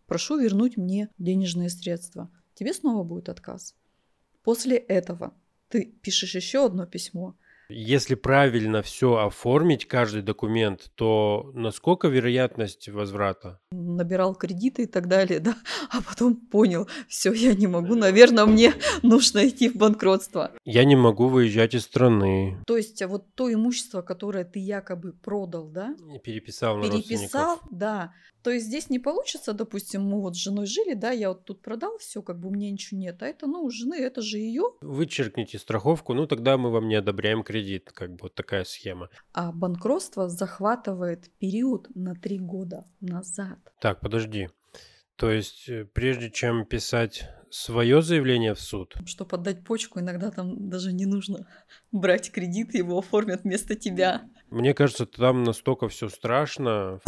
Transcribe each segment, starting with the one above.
прошу вернуть мне денежные средства. Тебе снова будет отказ. После этого ты пишешь еще одно письмо. Если правильно все оформить, каждый документ, то насколько вероятность возврата? Набирал кредиты и так далее, да, а потом понял, все, я не могу, наверное, мне нужно идти в банкротство. Я не могу выезжать из страны. То есть вот то имущество, которое ты якобы продал, да, И переписал на переписал, родственников. да. То есть здесь не получится, допустим, мы вот с женой жили, да, я вот тут продал все, как бы у меня ничего нет, а это, ну, у жены, это же ее. Вычеркните страховку, ну тогда мы вам не одобряем кредит. Как бы вот такая схема. А банкротство захватывает период на 3 года назад. Так, подожди. То есть, прежде чем писать свое заявление в суд, Чтобы отдать почку, иногда там даже не нужно брать кредит, его оформят вместо тебя. мне кажется, там настолько все страшно.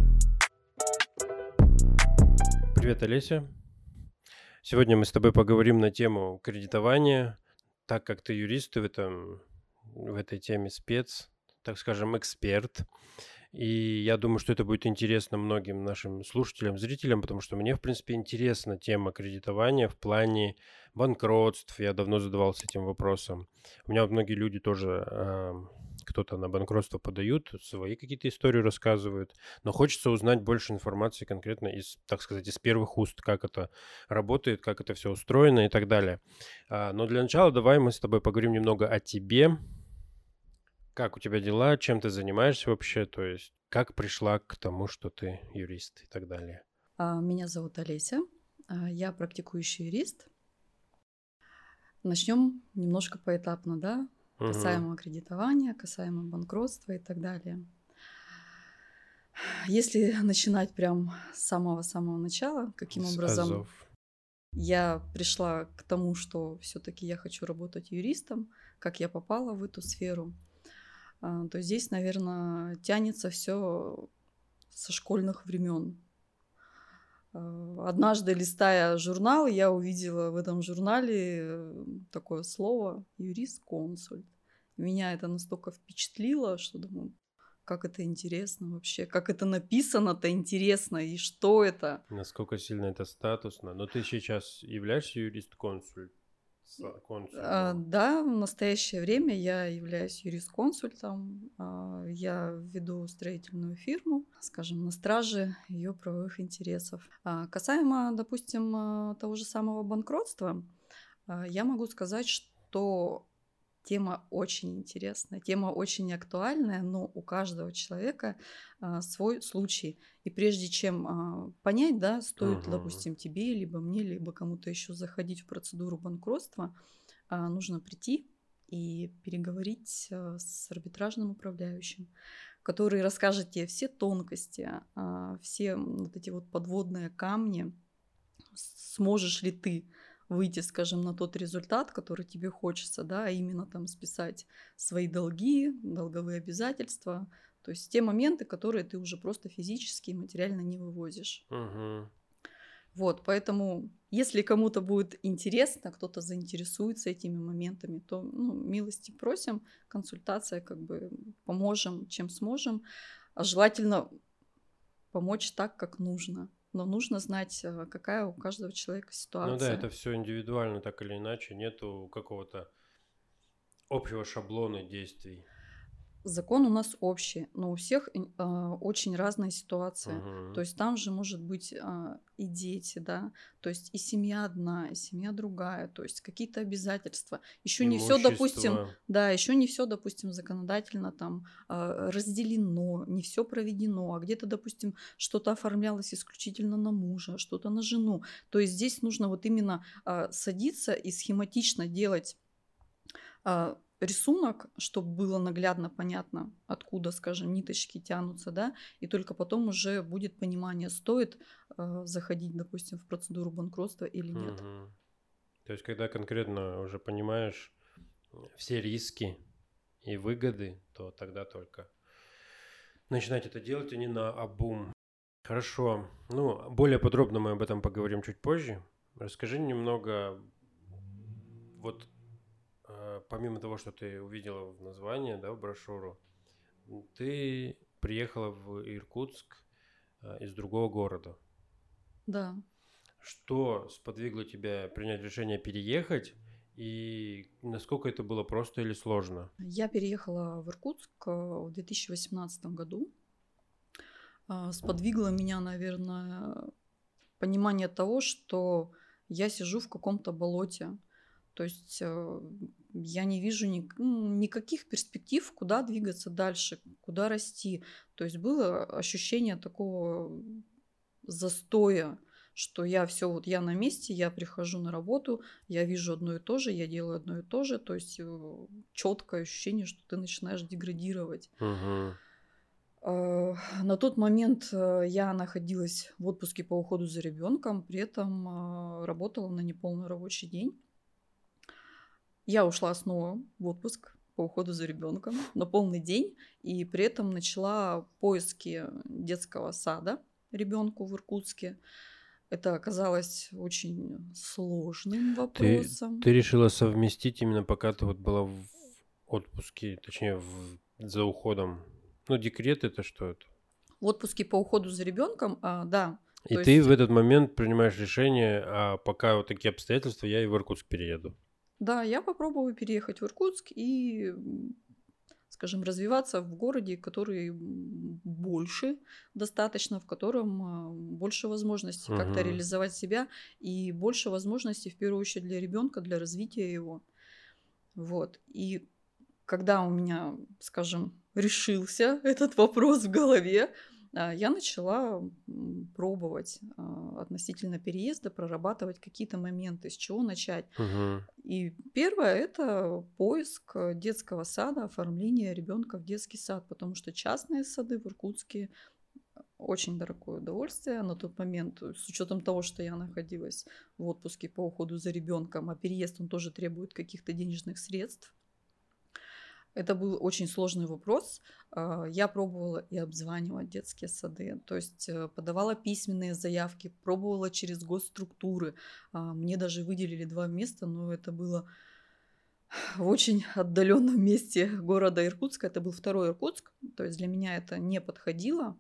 Привет, Олеся. Сегодня мы с тобой поговорим на тему кредитования, так как ты юрист, ты в этой теме спец, так скажем, эксперт. И я думаю, что это будет интересно многим нашим слушателям, зрителям, потому что мне, в принципе, интересна тема кредитования в плане банкротств. Я давно задавался этим вопросом. У меня вот многие люди тоже, кто-то на банкротство подают, свои какие-то истории рассказывают, но хочется узнать больше информации конкретно из, так сказать, из первых уст, как это работает, как это все устроено и так далее. Но для начала давай мы с тобой поговорим немного о тебе. Как у тебя дела? Чем ты занимаешься вообще? То есть как пришла к тому, что ты юрист и так далее? Меня зовут Олеся, я практикующий юрист. Начнем немножко поэтапно, да, Мгм. касаемо кредитования, касаемо банкротства и так далее. Если начинать прям с самого-самого начала, каким С образом азов. я пришла к тому, что все-таки я хочу работать юристом, как я попала в эту сферу, то здесь, наверное, тянется все со школьных времен. Однажды, листая журнал, я увидела в этом журнале такое слово юрист-консульт. Меня это настолько впечатлило, что думаю, как это интересно вообще, как это написано-то интересно, и что это. Насколько сильно это статусно? Но ты сейчас являешься консультом? Да, в настоящее время я являюсь юрисконсультом. Я веду строительную фирму, скажем, на страже ее правовых интересов. Касаемо, допустим, того же самого банкротства, я могу сказать, что тема очень интересная, тема очень актуальная, но у каждого человека свой случай. И прежде чем понять, да, стоит, Мгм. допустим, тебе, либо мне, либо кому-то еще заходить в процедуру банкротства, нужно прийти и переговорить с арбитражным управляющим, который расскажет тебе все тонкости, все вот эти вот подводные камни, сможешь ли ты выйти, скажем, на тот результат, который тебе хочется, да, а именно там списать свои долги, долговые обязательства, то есть те моменты, которые ты уже просто физически и материально не вывозишь. Мгм. Вот, поэтому, если кому-то будет интересно, кто-то заинтересуется этими моментами, то, ну, милости просим, консультация, как бы поможем, чем сможем. Желательно помочь так, как нужно. Но нужно знать, какая у каждого человека Ну да, ситуация. это все индивидуально, так или иначе. Нету какого-то общего шаблона действий. Закон у нас общий, но у всех очень разная ситуация. То Мгм. есть там же может быть и дети, да, то есть и семья одна, и семья другая, то есть какие-то обязательства. Еще не все, допустим, Имущество. да, еще не все, допустим, законодательно там разделено, не все проведено, а где-то, допустим, что-то оформлялось исключительно на мужа, что-то на жену. То есть здесь нужно вот именно садиться и схематично делать рисунок, чтобы было наглядно понятно, откуда, скажем, ниточки тянутся, да, и только потом уже будет понимание, стоит заходить, допустим, в процедуру банкротства или нет. Мгм. То есть, когда конкретно уже понимаешь все риски и выгоды, то тогда только начинать это делать, а не на обум. Хорошо. Ну, более подробно мы об этом поговорим чуть позже. Расскажи немного, вот помимо того, что ты увидела в названии, да, в брошюру, ты приехала в Иркутск из другого города. Да. Что сподвигло тебя принять решение переехать, и насколько это было просто или сложно? Я переехала в Иркутск в 2018 году. Сподвигло меня, наверное, понимание того, что я сижу в каком-то болоте. То есть я не вижу никаких перспектив, куда двигаться дальше, куда расти. То есть было ощущение такого застоя, что я все, вот я на месте, я прихожу на работу, я вижу одно и то же, я делаю одно и то же. То есть четкое ощущение, что ты начинаешь деградировать. Мгм. На тот момент я находилась в отпуске по уходу за ребенком, при этом работала на неполный рабочий день. Я ушла снова в отпуск по уходу за ребенком на полный день и при этом начала поиски детского сада ребенку в Иркутске. Это оказалось очень сложным Ты, вопросом. ты решила совместить именно пока ты вот была в отпуске, точнее, за уходом. Ну, декрет это что это? В отпуске по уходу за ребенком, да, И то ты есть в этот момент принимаешь решение, а пока вот такие обстоятельства, я и в Иркутск перееду. да, я попробую переехать в Иркутск и, скажем, развиваться в городе, который больше достаточно, в котором больше возможностей как-то Мгм. реализовать себя и больше возможностей, в первую очередь, для ребенка, для развития его. Вот. И когда у меня, скажем, решился этот вопрос в голове, я начала пробовать относительно переезда, прорабатывать какие-то моменты, с чего начать. Мгм. И первое это поиск детского сада, оформление ребенка в детский сад, потому что частные сады в Иркутске очень дорогое удовольствие на тот момент, с учетом того, что я находилась в отпуске по уходу за ребенком, а переезд он тоже требует каких-то денежных средств. Это был очень сложный вопрос. Я пробовала и обзванивать детские сады, то есть подавала письменные заявки, пробовала через госструктуры. Мне даже выделили 2 места, но это было в очень отдаленном месте города Иркутска. Это был второй Иркутск, то есть для меня это не подходило.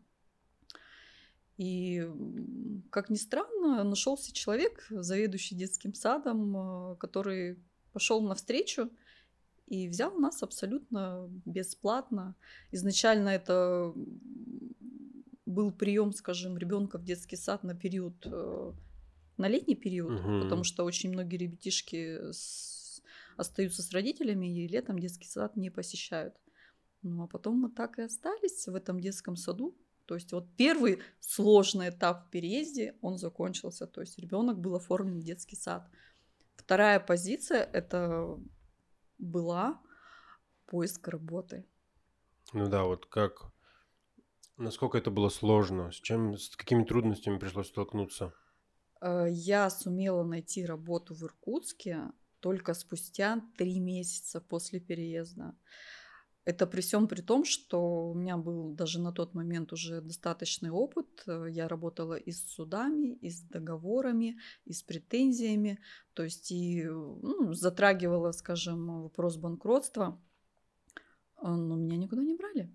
И, как ни странно, нашелся человек, заведующий детским садом, который пошел навстречу и взял нас абсолютно бесплатно. Изначально это был прием, скажем, ребенка в детский сад на период, на летний период, потому Мгм. что очень многие ребятишки остаются с родителями и летом детский сад не посещают. Ну а потом мы так и остались в этом детском саду. То есть вот первый сложный этап в переезде, он закончился. То есть ребенок был оформлен в детский сад. Вторая позиция это была поиск работы. Ну да, вот как, насколько это было сложно, с какими трудностями пришлось столкнуться? Я сумела найти работу в Иркутске только спустя 3 месяца после переезда. Это при всем при том, что у меня был даже на тот момент уже достаточный опыт. Я работала и с судами, и с договорами, и с претензиями. То есть и затрагивала, скажем, вопрос банкротства, но меня никуда не брали.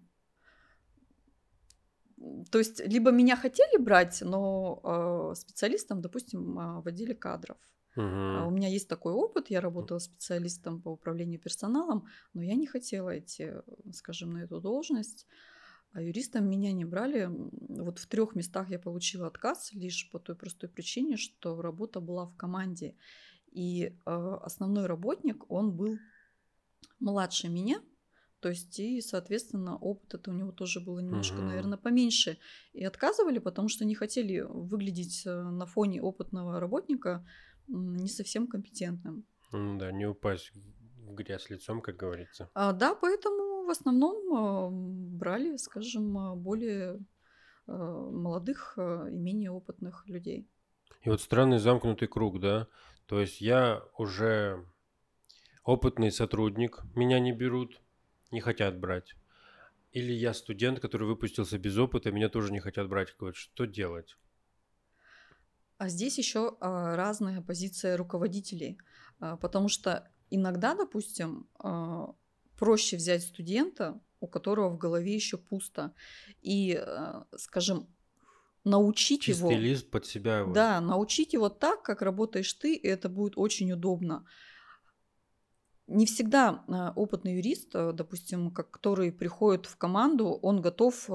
То есть либо меня хотели брать, но специалистом, допустим, в отделе кадров. У Мгм. меня есть такой опыт, я работала специалистом по управлению персоналом, но я не хотела идти, скажем, на эту должность. А юристом меня не брали. Вот в 3 местах я получила отказ лишь по той простой причине, что работа была в команде. И основной работник, он был младше меня, то есть и, соответственно, опыта-то у него тоже было немножко, Мгм. наверное, поменьше. И отказывали, потому что не хотели выглядеть на фоне опытного работника не совсем компетентным. Да, не упасть в грязь лицом, как говорится. Да, поэтому в основном брали, скажем, более молодых и менее опытных людей. И вот странный замкнутый круг, да? То есть я уже опытный сотрудник, меня не берут, не хотят брать. Или я студент, который выпустился без опыта, меня тоже не хотят брать. Говорят, что делать? А здесь еще разная позиция руководителей, потому что иногда, допустим, проще взять студента, у которого в голове еще пусто, и, скажем, научить Чистый его, лист под себя. Вот. да, научить его так, как работаешь ты, и это будет очень удобно. Не всегда опытный юрист, допустим, который приходит в команду, он готов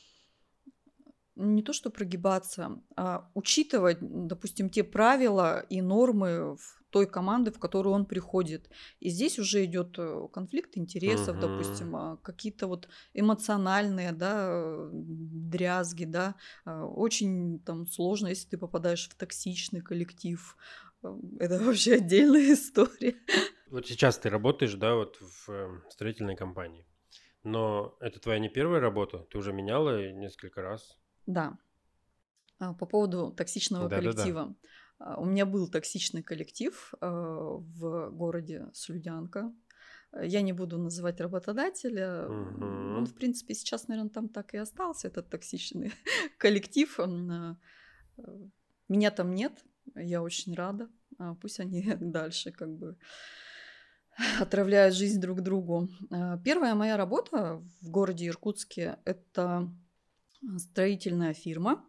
не то что прогибаться, а учитывать, допустим, те правила и нормы в той команды, в которую он приходит. И здесь уже идет конфликт интересов, Мгм. допустим, какие-то вот эмоциональные, да, дрязги, да. Очень там сложно, если ты попадаешь в токсичный коллектив. Это вообще отдельная история. Вот сейчас ты работаешь, да, вот в строительной компании. Но это твоя не первая работа, ты уже меняла несколько раз. Да. По поводу токсичного Да-да-да. коллектива. У меня был токсичный коллектив в городе Слюдянка. Я не буду называть работодателя. Он, Мгм. в принципе, сейчас, наверное, там так и остался, этот токсичный коллектив. Э, Меня там нет, я очень рада. Пусть они дальше как бы отравляют жизнь друг другу. Первая моя работа в городе Иркутске — это строительная фирма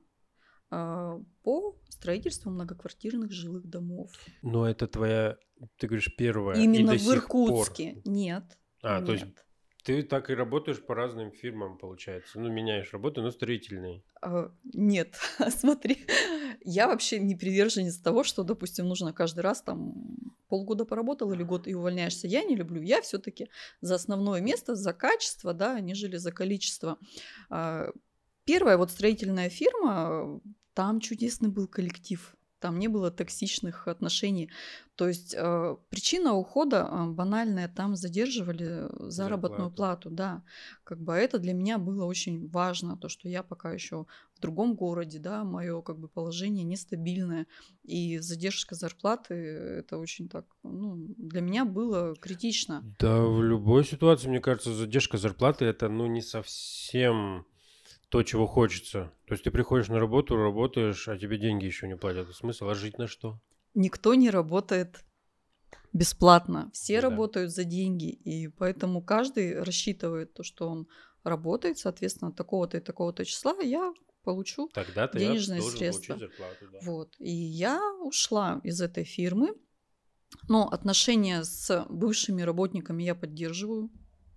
по строительству многоквартирных жилых домов. Но это твоя, ты говоришь, первая и Именно до в сих пор. Иркутске. Нет, То есть нет. ты так и работаешь по разным фирмам, получается. Ну, меняешь работу, но строительные. Нет, смотри, я вообще не приверженец того, что, допустим, нужно каждый раз там полгода поработал или год и увольняешься. Я не люблю. Я все-таки за основное место, за качество, да, нежели за количество. А, Первая вот строительная фирма, там чудесный был коллектив. Там не было токсичных отношений. То есть причина ухода банальная, там задерживали заработную Зарплату. плату, да. Как бы это для меня было очень важно, то, что я пока еще в другом городе, да, мое как бы положение нестабильное, и задержка зарплаты это очень так, ну, для меня было критично. Да, в любой ситуации, мне кажется, задержка зарплаты это, ну, не совсем то, чего хочется. То есть ты приходишь на работу, работаешь, а тебе деньги еще не платят. А смысл? А жить на что? Никто не работает бесплатно, все Ну да. работают за деньги, и поэтому каждый рассчитывает то, что он работает, соответственно, такого-то и такого-то числа я получу Тогда-то я денежные должен получить средства. зарплату, да. Вот. И я ушла из этой фирмы, но отношения с бывшими работниками я поддерживаю,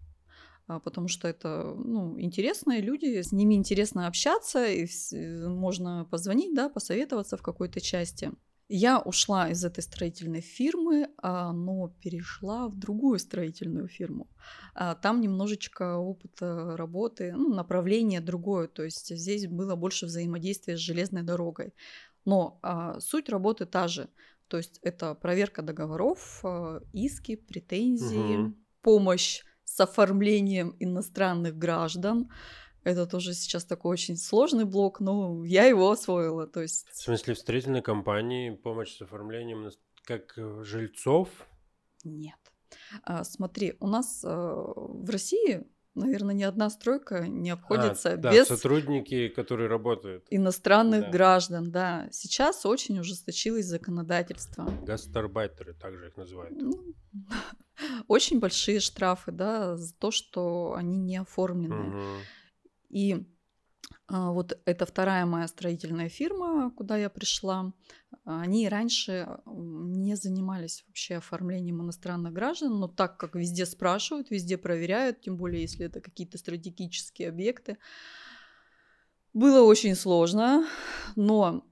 потому что это, ну, интересные люди, с ними интересно общаться, и можно позвонить, да, посоветоваться в какой-то части. Я ушла из этой строительной фирмы, но перешла в другую строительную фирму. Там немножечко опыта работы, ну, направление другое, то есть здесь было больше взаимодействия с железной дорогой. Но суть работы та же. То есть это проверка договоров, иски, претензии, Мгм. помощь с оформлением иностранных граждан. Это тоже сейчас такой очень сложный блок, но я его освоила. То В есть смысле, в строительной компании помощь с оформлением как жильцов? нет. Смотри, у нас в России, наверное, ни одна стройка не обходится Да, без сотрудники, которые работают. иностранных Да. граждан. Да, сейчас очень ужесточилось законодательство. Гастарбайтеры, также их называют. Ну, очень большие штрафы, да, за то, что они не оформлены. Мгм. И вот это вторая моя строительная фирма, куда я пришла. Они раньше не занимались вообще оформлением иностранных граждан, но так как везде спрашивают, везде проверяют, тем более если это какие-то стратегические объекты, было очень сложно, но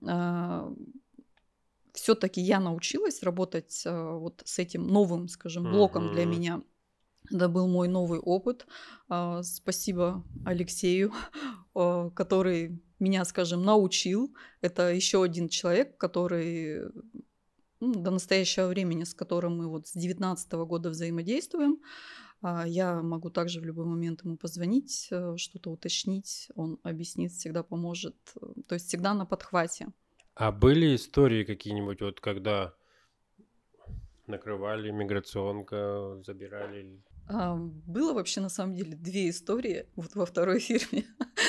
все-таки я научилась работать вот с этим новым, скажем, блоком для Мгм. меня. Это был мой новый опыт. Спасибо Алексею, который меня, скажем, научил. Это еще один человек, который до настоящего времени, с которым мы вот с 2019 года взаимодействуем. Я могу также в любой момент ему позвонить, что-то уточнить, он объяснит, всегда поможет. То есть всегда на подхвате. А были истории какие-нибудь, вот когда накрывали миграционка, забирали? Было вообще на самом деле две истории вот во второй фирме.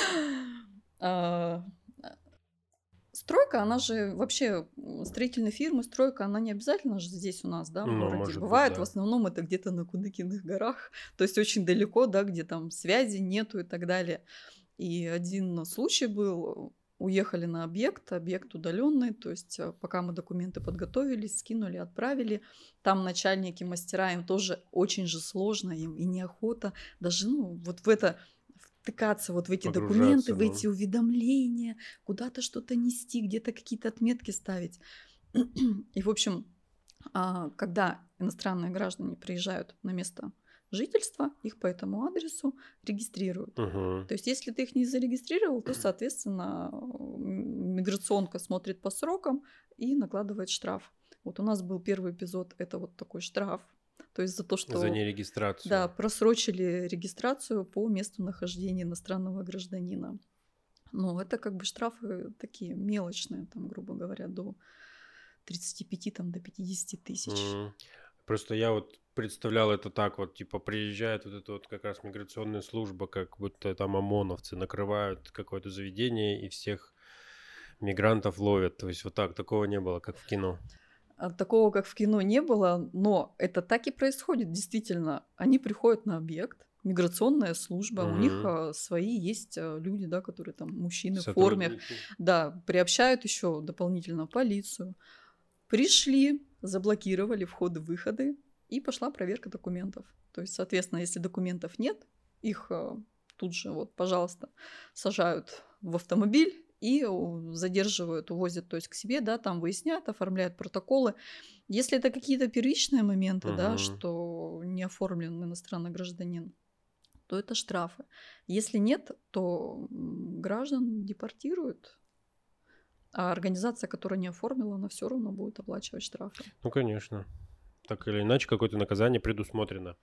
А, Стройка, она же вообще, строительные фирмы, стройка, она не обязательно же здесь у нас, да, в Ну, городе. может быть, Бывает, в да. основном это где-то на Кудыкиных горах, то есть очень далеко, да, где там связи нету и так далее. И один случай был, уехали на объект удаленный, то есть пока мы документы подготовили, скинули, отправили, там начальники, мастера, им тоже очень же сложно, им и неохота даже, ну, вот в это втыкаться, вот в эти документы, Погружаться, в ну. эти уведомления, куда-то что-то нести, где-то какие-то отметки ставить. И, в общем, когда иностранные граждане приезжают на место жительства, их по этому адресу регистрируют. Мгм. То есть, если ты их не зарегистрировал, то, соответственно, миграционка смотрит по срокам и накладывает штраф. Вот у нас был первый эпизод, это вот такой штраф. То есть за то, За что да, нерегистрацию. просрочили регистрацию по месту нахождения иностранного гражданина. Ну, это как бы штрафы такие мелочные, там, грубо говоря, до 35 там, до 50 тысяч. М. Просто я вот представлял это так вот, типа приезжает вот эта вот как раз миграционная служба, как будто там ОМОНовцы накрывают какое-то заведение и всех мигрантов ловят. То есть вот так, такого не было, как в кино. Такого, как в кино, не было, но это так и происходит, действительно. Они приходят на объект, миграционная служба, у них Мгм. свои есть люди, да, которые там мужчины в форме, Сотрудники. да, приобщают еще дополнительно полицию. Пришли, заблокировали входы-выходы, и пошла проверка документов. То есть, соответственно, если документов нет, их тут же, вот, пожалуйста, сажают в автомобиль и задерживают, увозят, то есть, к себе, да, там выясняют, оформляют протоколы. Если это какие-то первичные моменты, да, Мгм. что не оформлен иностранный гражданин, то это штрафы. Если нет, то граждан депортируют, а организация, которая не оформила, она все равно будет оплачивать штрафы. Ну, конечно. Так или иначе, какое-то наказание предусмотрено.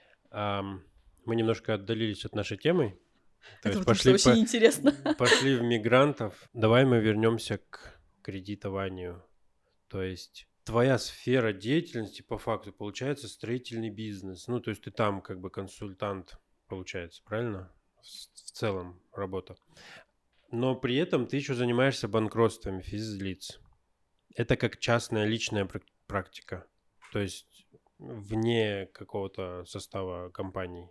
Мы немножко отдалились от нашей темы. То Это есть потому что очень интересно. пошли в мигрантов. Давай мы вернемся к кредитованию. То есть твоя сфера деятельности по факту получается строительный бизнес. Ну, то есть ты там как бы консультант, получается, правильно? В целом работа. Но при этом ты еще занимаешься банкротствами физлиц. Это как частная личная практика. То есть вне какого-то состава компаний.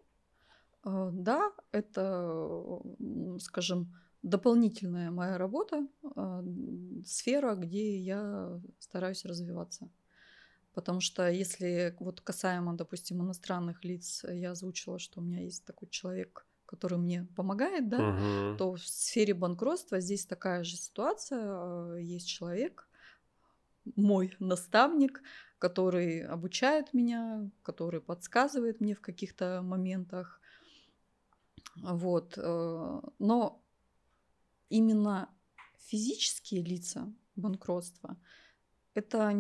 Да, это, скажем, дополнительная моя работа, сфера, где я стараюсь развиваться. Потому что если вот касаемо, допустим, иностранных лиц, я озвучила, что у меня есть такой человек, который мне помогает, да, Мгм. то в сфере банкротства здесь такая же ситуация. Есть человек, мой наставник, который обучает меня, который подсказывает мне в каких-то моментах. Вот. Но именно физические лица банкротства это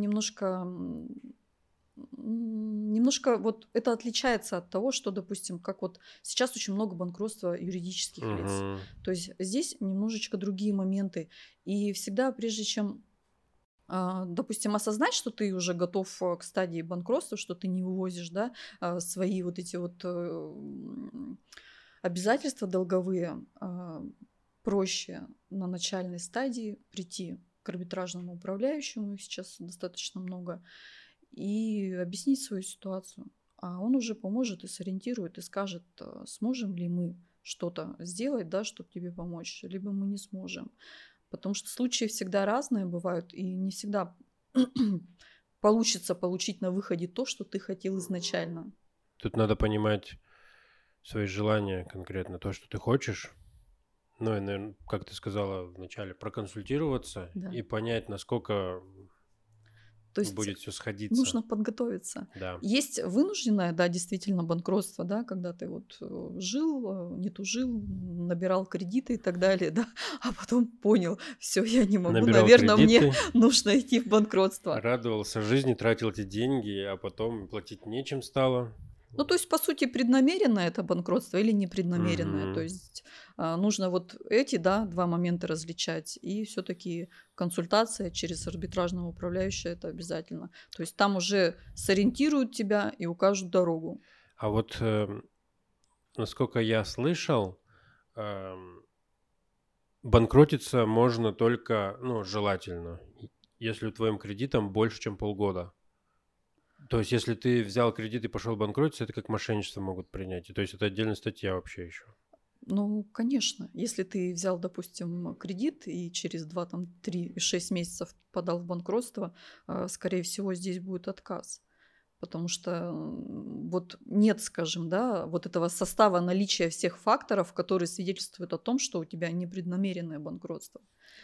немножко вот это отличается от того, что, допустим, как вот сейчас очень много банкротства юридических лиц. Мгм. То есть здесь немножечко другие моменты. И всегда, прежде чем, допустим, осознать, что ты уже готов к стадии банкротства, что ты не вывозишь, да, свои вот эти вот обязательства долговые, проще на начальной стадии прийти к арбитражному управляющему, их сейчас достаточно много, и объяснить свою ситуацию. А он уже поможет и сориентирует, и скажет, сможем ли мы что-то сделать, да, чтобы тебе помочь, либо мы не сможем. Потому что случаи всегда разные бывают, и не всегда получится получить на выходе то, что ты хотел изначально. Тут надо понимать свои желания конкретно, то, что ты хочешь. Ну и, наверное, как ты сказала вначале, проконсультироваться Да. и понять, наскко То есть будет все сходиться. нужно подготовиться. Да. Есть вынужденное, да, действительно, банкротство, да, когда ты вот жил, не тужил, набирал кредиты и так далее, да, а потом понял, все, я не могу, Набирал наверное, мне кредиты, нужно идти в банкротство. радовался жизни, тратил эти деньги, а потом платить нечем стало. Ну, то есть, по сути, преднамеренное это банкротство или непреднамеренное. То Мгм. есть нужно вот эти, да, два момента различать. И все-таки консультация через арбитражного управляющего это обязательно. То есть там уже сориентируют тебя и укажут дорогу. А вот насколько я слышал, эм, банкротиться можно только, ну, желательно, если твоим кредитом больше, чем полгода. То есть, если ты взял кредит и пошел банкротиться, это как мошенничество могут принять. И то есть, это отдельная статья вообще еще. Ну, конечно, если ты взял, допустим, кредит и через 2, там, 3, 6 месяцев подал в банкротство, скорее всего, здесь будет отказ. Потому что вот нет, скажем, да, вот этого состава наличия всех факторов, которые свидетельствуют о том, что у тебя непреднамеренное банкротство.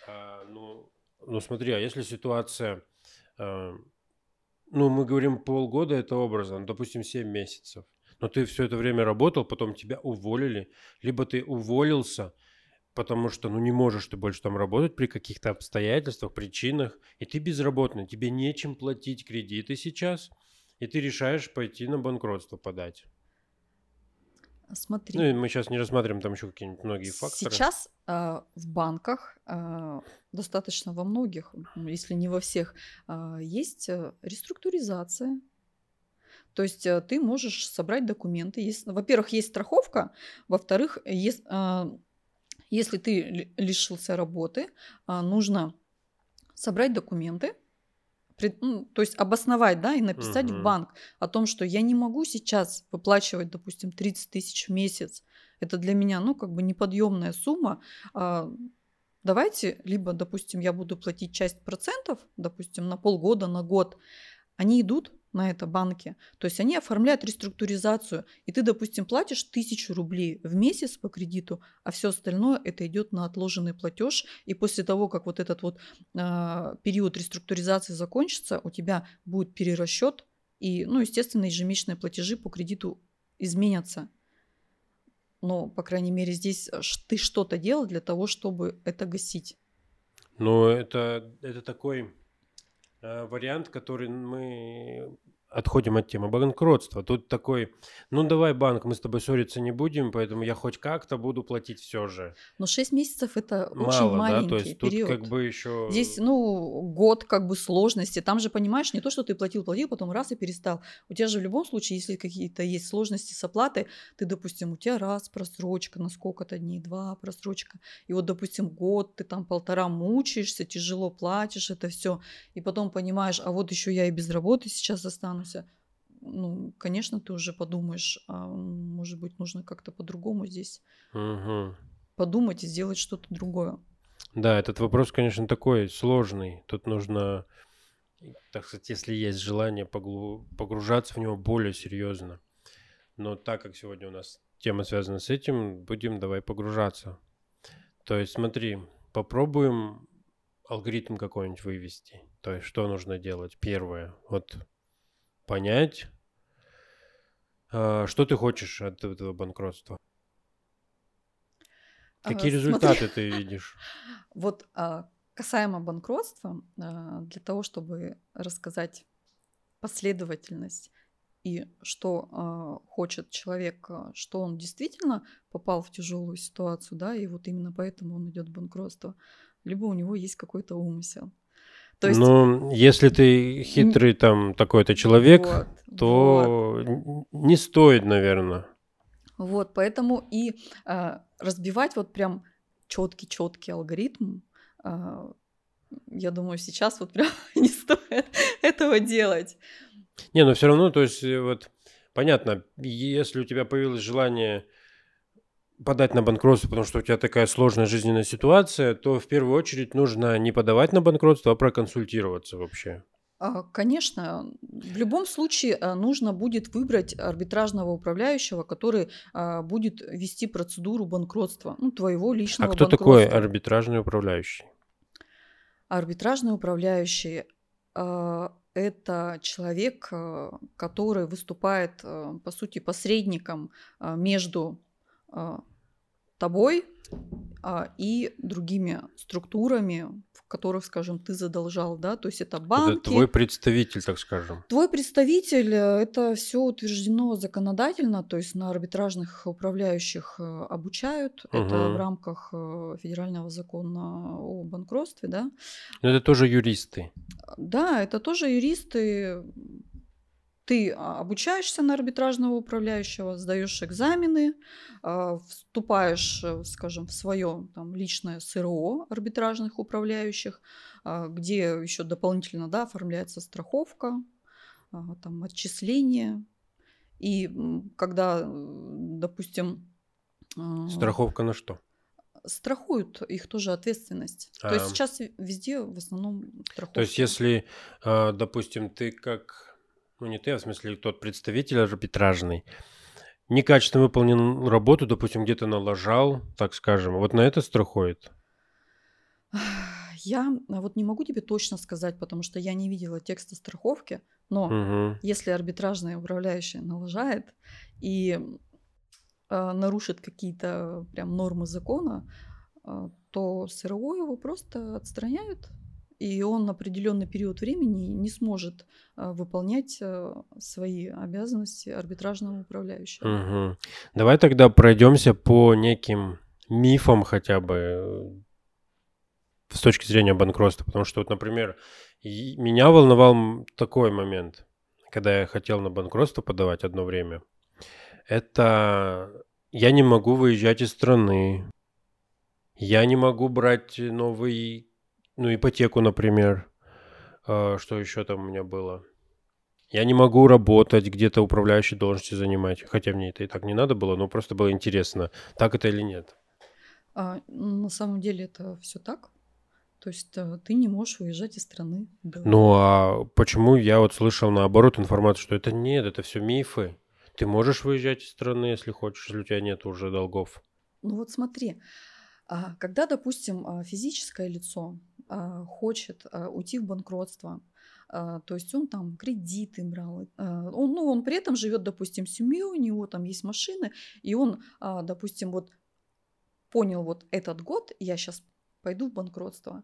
Ну смотри, а если ситуация, э, ну мы говорим полгода, это образно, ну, допустим, 7 месяцев, но ты все это время работал, потом тебя уволили, либо ты уволился, потому что, ну, не можешь ты больше там работать при каких-то обстоятельствах, причинах, и ты безработный, тебе нечем платить кредиты сейчас, и ты решаешь пойти на банкротство подать. Ну, Смотри, и мы сейчас не рассматриваем там еще какие-нибудь многие факторы. сейчас в банках достаточно во многих, если не во всех, есть реструктуризация. То есть ты можешь собрать документы. Во-первых, есть страховка, во-вторых, если ты лишился работы, нужно собрать документы, то есть обосновать, да, и написать в Мгм. банк о том, что я не могу сейчас выплачивать, допустим, 30 тысяч в месяц. Это для меня, ну, как бы неподъемная сумма. А, Давайте, либо, допустим, я буду платить часть процентов, допустим, на полгода, на год. Они идут на это банки, то есть они оформляют реструктуризацию, и ты, допустим, платишь 1000 рублей в месяц по кредиту, а все остальное это идет на отложенный платеж, и после того, как вот этот вот период реструктуризации закончится, у тебя будет перерасчет, и, ну, естественно, ежемесячные платежи по кредиту изменятся. Но, по крайней мере, здесь ты что-то делал для того, чтобы это гасить. Ну, это такой вариант, который мы отходим от темы банкротства. Тут такой, ну давай банк, мы с тобой ссориться не будем, поэтому я хоть как-то буду платить все же. Но 6 месяцев это очень Мало, да, то маленький есть тут как период. бы еще... Здесь, ну, год как бы сложности. Там же, понимаешь, не то, что ты платил, потом раз и перестал. У тебя же в любом случае, если какие-то есть сложности с оплатой, ты, допустим, у тебя раз просрочка на сколько-то дней, 2 просрочка. И вот, допустим, год ты там 1,5 мучаешься, тяжело платишь это все, и потом понимаешь, а вот еще я и без работы сейчас останусь. Ну, конечно, ты уже подумаешь, может быть, нужно как-то по-другому здесь Мгм. подумать и сделать что-то другое. Да, этот вопрос, конечно, такой сложный. Тут нужно, так сказать, если есть желание погружаться в него более серьезно. Но так как сегодня у нас тема связана с этим, будем давай погружаться. То есть смотри, попробуем алгоритм какой-нибудь вывести. То есть что нужно делать? Первое, вот понять, что ты хочешь от этого банкротства. Какие Смотри, результаты ты видишь? вот касаемо банкротства, для того, чтобы рассказать последовательность и что хочет человек, что он действительно попал в тяжелую ситуацию, да, и вот именно поэтому он идет в банкротство, либо у него есть какой-то умысел. То есть Ну, если ты хитрый там такой-то человек, вот, вот. то не стоит, наверное. Вот, поэтому и разбивать вот прям четкий алгоритм, а, я думаю, сейчас вот прям не стоит этого делать. Не, но все равно, то есть вот понятно, если у тебя появилось желание подать на банкротство, потому что у тебя такая сложная жизненная ситуация, то в первую очередь нужно не подавать на банкротство, а проконсультироваться вообще. Конечно, в любом случае нужно будет выбрать арбитражного управляющего, который будет вести процедуру банкротства, ну, твоего А личного кто такой банкротства. арбитражный управляющий? Арбитражный управляющий это человек, который выступает, по сути, посредником между а, тобой и другими структурами, в которых, скажем, ты задолжал, да, то есть это Это твой банки. представитель, так скажем. Твой представитель, это все утверждено законодательно, то есть на арбитражных управляющих обучают. Это в Мгм. рамках федерального закона о банкротстве, да. Но это тоже юристы. Да, это тоже юристы. Ты обучаешься на арбитражного управляющего, сдаешь экзамены, вступаешь, скажем, в свое там, личное СРО арбитражных управляющих, где еще дополнительно, да, оформляется страховка, там, отчисления. И когда, допустим, Страховка на что? Страхуют их тоже ответственность. То есть сейчас везде в основном страховки. То есть если, допустим, ты как, ну не ты, а в смысле тот представитель арбитражный, некачественно выполнил работу, допустим, где-то налажал, так скажем, вот на это страхует? Я вот не могу тебе точно сказать, потому что я не видела текста страховки, но Угу. если арбитражный управляющий налажает и нарушит какие-то прям нормы закона, то СРО его просто отстраняют, и он определенный период времени не сможет выполнять свои обязанности арбитражного управляющего. Угу. Давай тогда пройдемся по неким мифам хотя бы с точки зрения банкротства, потому что вот, например, меня волновал такой момент, когда я хотел на банкротство подавать одно время. Это я не могу выезжать из страны, я не могу брать новый, ну, ипотеку, например. Что еще там у меня было? Я не могу работать, где-то управляющей должности занимать, хотя мне это и так не надо было, но просто было интересно, так это или нет. На самом деле это все так. То есть ты не можешь выезжать из страны. Да. Ну а почему я вот слышал наоборот информацию, что это нет, это все мифы. Ты можешь выезжать из страны, если хочешь, если у тебя нет уже долгов. Ну вот смотри, когда, допустим, физическое лицо хочет уйти в банкротство, то есть он там кредиты брал, он при этом живет, допустим, семьей, у него там есть машины, и он, допустим, вот понял вот этот год, я сейчас пойду в банкротство.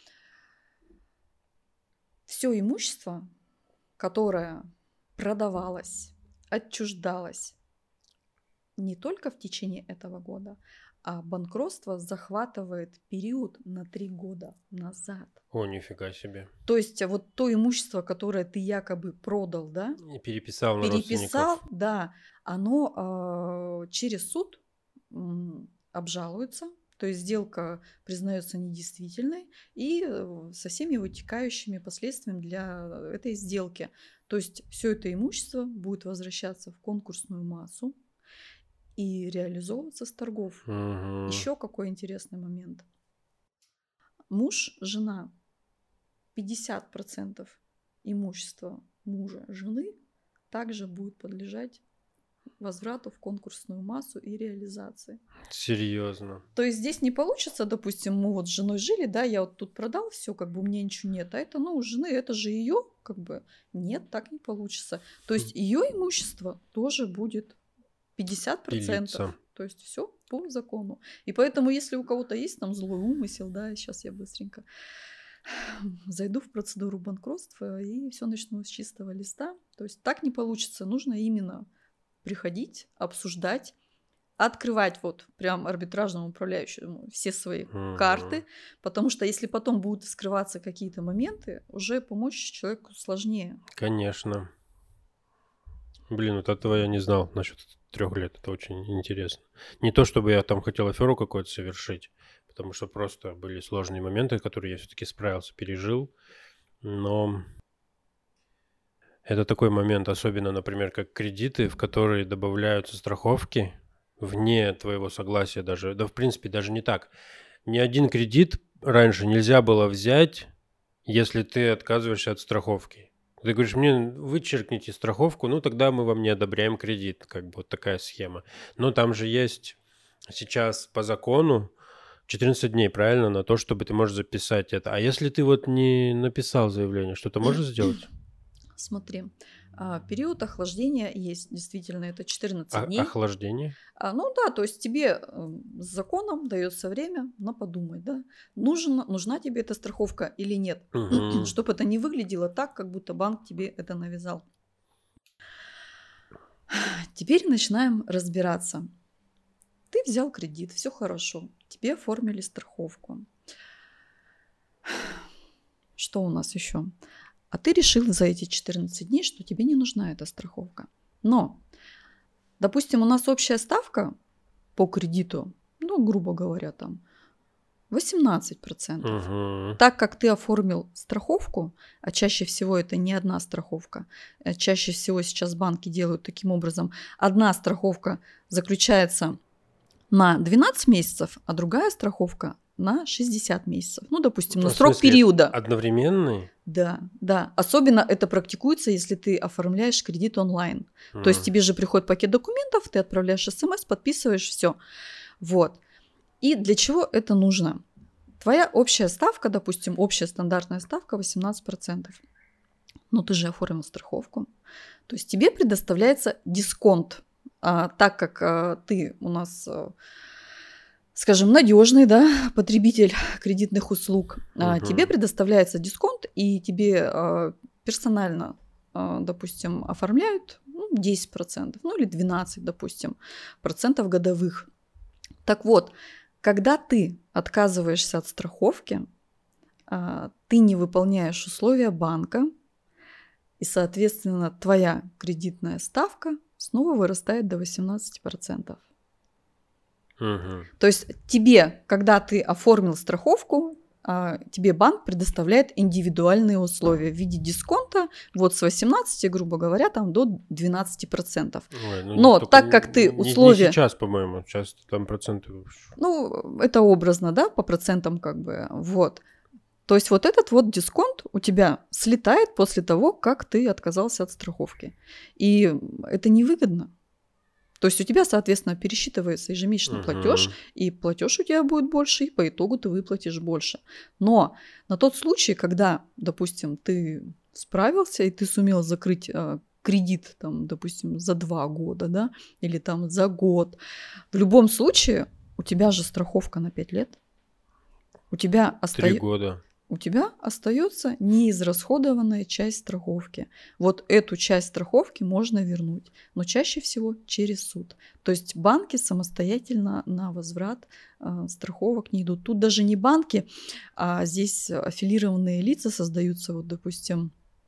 Все имущество, которое продавалось, отчуждалось не только в течение этого года, а банкротство захватывает период на 3 года назад. О, нифига себе. То есть вот то имущество, которое ты якобы продал, да? И переписал на родственников. Да, оно через суд обжалуется, то есть сделка признается недействительной и со всеми вытекающими последствиями для этой сделки. То есть все это имущество будет возвращаться в конкурсную массу и реализовываться с торгов. Угу. Еще какой интересный момент. Муж, жена, 50% имущества мужа, жены также будет подлежать возврату в конкурсную массу и реализации. Серьезно. То есть здесь не получится, допустим, мы вот с женой жили, да, я вот тут продал все, как бы у меня ничего нет, а это, ну, у жены, это же ее, как бы, нет, так не получится. То есть ее имущество тоже будет 50%. Пилиться. То есть все по закону. И поэтому, если у кого-то есть там злой умысел, да, сейчас я быстренько зайду в процедуру банкротства и все начну с чистого листа. То есть так не получится. Нужно именно приходить, обсуждать, открывать вот прям арбитражному управляющему все свои карты, потому что если потом будут вскрываться какие-то моменты, уже помочь человеку сложнее. Конечно. Блин, вот этого я не знал насчет 3 лет. Это очень интересно. Не то, чтобы я там хотел аферу какую-то совершить, потому что просто были сложные моменты, которые я все-таки справился, пережил. Но это такой момент, особенно, например, как кредиты, в которые добавляются страховки вне твоего согласия даже. Да, в принципе, даже не так. Ни один кредит раньше нельзя было взять, если ты отказываешься от страховки. Ты говоришь, мне вычеркните страховку, ну тогда мы вам не одобряем кредит. Как бы вот такая схема. Но там же есть сейчас по закону 14 дней, правильно, на то, чтобы ты можешь записать это. А если ты вот не написал заявление, что ты можешь сделать? Смотри, период охлаждения есть, действительно, это 14 дней. Охлаждение? Ну да, то есть тебе с законом дается время на подумать, да, нужна тебе эта страховка или нет, чтобы это не выглядело так, как будто банк тебе это навязал. Теперь начинаем разбираться. Ты взял кредит, все хорошо, тебе оформили страховку. Что у нас еще? А ты решил за эти 14 дней, что тебе не нужна эта страховка. Но, допустим, у нас общая ставка по кредиту, ну, грубо говоря, там 18%. Так как ты оформил страховку, а чаще всего это не одна страховка, чаще всего сейчас банки делают таким образом, одна страховка заключается на 12 месяцев, а другая страховка на 60 месяцев. Ну, допустим, на В срок смысле, периода. одновременный? Да, да. Особенно это практикуется, если ты оформляешь кредит онлайн. То есть тебе же приходит пакет документов, ты отправляешь смс, подписываешь, все. Вот. И для чего это нужно? Твоя общая ставка, допустим, общая стандартная ставка 18%. Но ты же оформил страховку. То есть тебе предоставляется дисконт, так как ты у нас, скажем, надежный, да, потребитель кредитных услуг. Тебе предоставляется дисконт, и тебе персонально, допустим, оформляют 10%, ну или 12%, допустим, процентов годовых. Так вот, когда ты отказываешься от страховки, ты не выполняешь условия банка, и, соответственно, твоя кредитная ставка снова вырастает до 18%. То есть тебе, когда ты оформил страховку, тебе банк предоставляет индивидуальные условия в виде дисконта вот с 18, грубо говоря, там до 12%. Ой, Но так как ты условия... Не сейчас, по-моему, сейчас там проценты... Ну, это образно, да, по процентам как бы, вот. То есть вот этот вот дисконт у тебя слетает после того, как ты отказался от страховки. И это невыгодно. То есть у тебя, соответственно, пересчитывается ежемесячный платеж, и платеж у тебя будет больше, и по итогу ты выплатишь больше. Но на тот случай, когда, допустим, ты справился, и ты сумел закрыть кредит, там, допустим, за 2 года, да, или там за год, в любом случае у тебя же страховка на 5 лет. У тебя 3 года. У тебя остается неизрасходованная часть страховки. Вот эту часть страховки можно вернуть, но чаще всего через суд. То есть банки самостоятельно на возврат страховок не идут. Тут даже не банки, а здесь аффилированные лица создаются. Вот, допустим,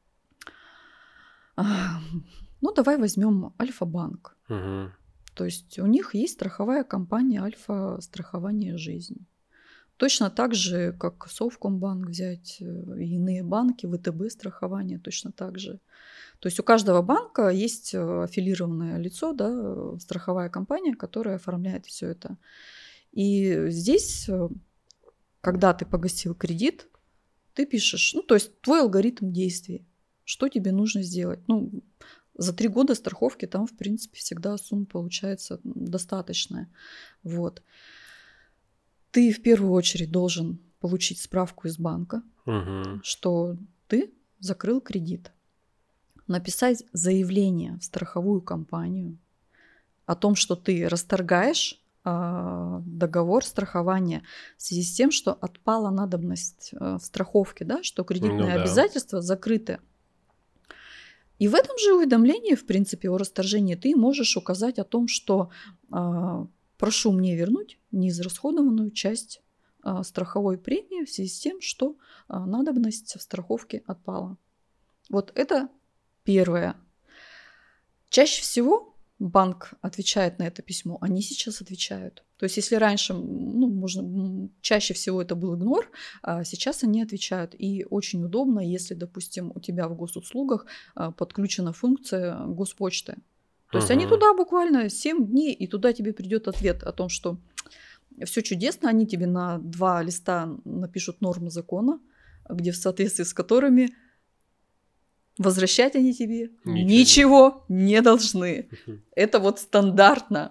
ну давай возьмем Альфа-банк. То есть у них есть страховая компания Альфа-страхование жизни. Точно так же, как Совкомбанк взять, и иные банки, ВТБ страхование точно так же. То есть у каждого банка есть аффилированное лицо, да, страховая компания, которая оформляет все это. И здесь, когда ты погасил кредит, ты пишешь, ну, то есть твой алгоритм действий, что тебе нужно сделать. Ну, за 3 года страховки там, в принципе, всегда сумма получается достаточная. Вот. Ты в первую очередь должен получить справку из банка, что ты закрыл кредит. Написать заявление в страховую компанию о том, что ты расторгаешь договор страхования в связи с тем, что отпала надобность в страховке, да, что кредитные обязательства закрыты. И в этом же уведомлении, в принципе, о расторжении ты можешь указать о том, что прошу мне вернуть неизрасходованную часть страховой премии в связи с тем, что надобность в страховке отпала. Вот это первое. Чаще всего банк отвечает на это письмо, они сейчас отвечают. То есть если раньше, чаще всего это был игнор, а сейчас они отвечают. И очень удобно, если, допустим, у тебя в госуслугах подключена функция Госпочты. То есть они туда буквально 7 дней, и туда тебе придет ответ о том, что все чудесно, они тебе на 2 листа напишут нормы закона, где в соответствии с которыми возвращать они тебе ничего не должны. Это вот стандартно.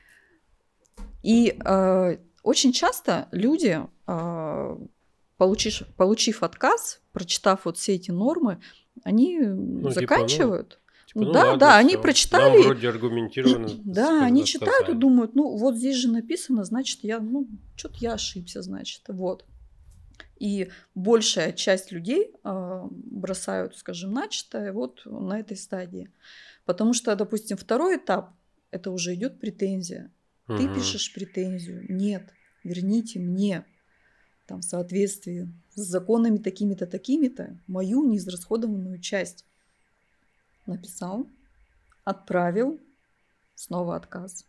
И очень часто люди, получив отказ, прочитав вот все эти нормы, они заканчивают. Ладно, они прочитали. Нам вроде аргументированно. Да, они читают и думают, вот здесь же написано, значит, что-то я ошибся, значит, вот. И большая часть людей бросают, скажем, начатое вот на этой стадии. Потому что, допустим, второй этап, это уже идет претензия. Ты пишешь претензию. Нет, верните мне там, в соответствии с законами такими-то, такими-то мою неизрасходованную часть. Написал, отправил, снова отказ.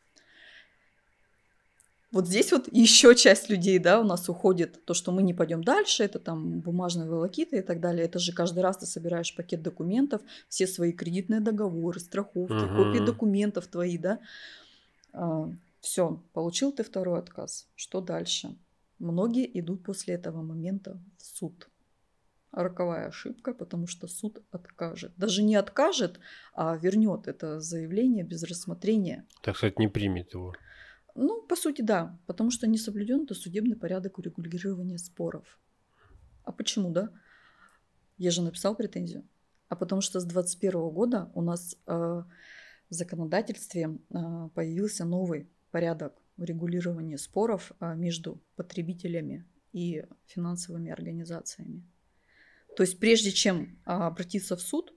Вот здесь вот еще часть людей, да, у нас уходит, то, что мы не пойдем дальше, это там бумажная волокита и так далее. Это же каждый раз ты собираешь пакет документов, все свои кредитные договоры, страховки, копии документов твои, да. Все, получил ты второй отказ. Что дальше? Многие идут после этого момента в суд. Роковая ошибка, потому что суд откажет. Даже не откажет, а вернет это заявление без рассмотрения. Так сказать, не примет его. Ну, по сути, да, потому что не соблюден досудебный порядок урегулирования споров. А почему, да? Я же написал претензию. А потому что с 2021 года у нас в законодательстве появился новый порядок урегулирования споров между потребителями и финансовыми организациями. То есть прежде чем обратиться в суд,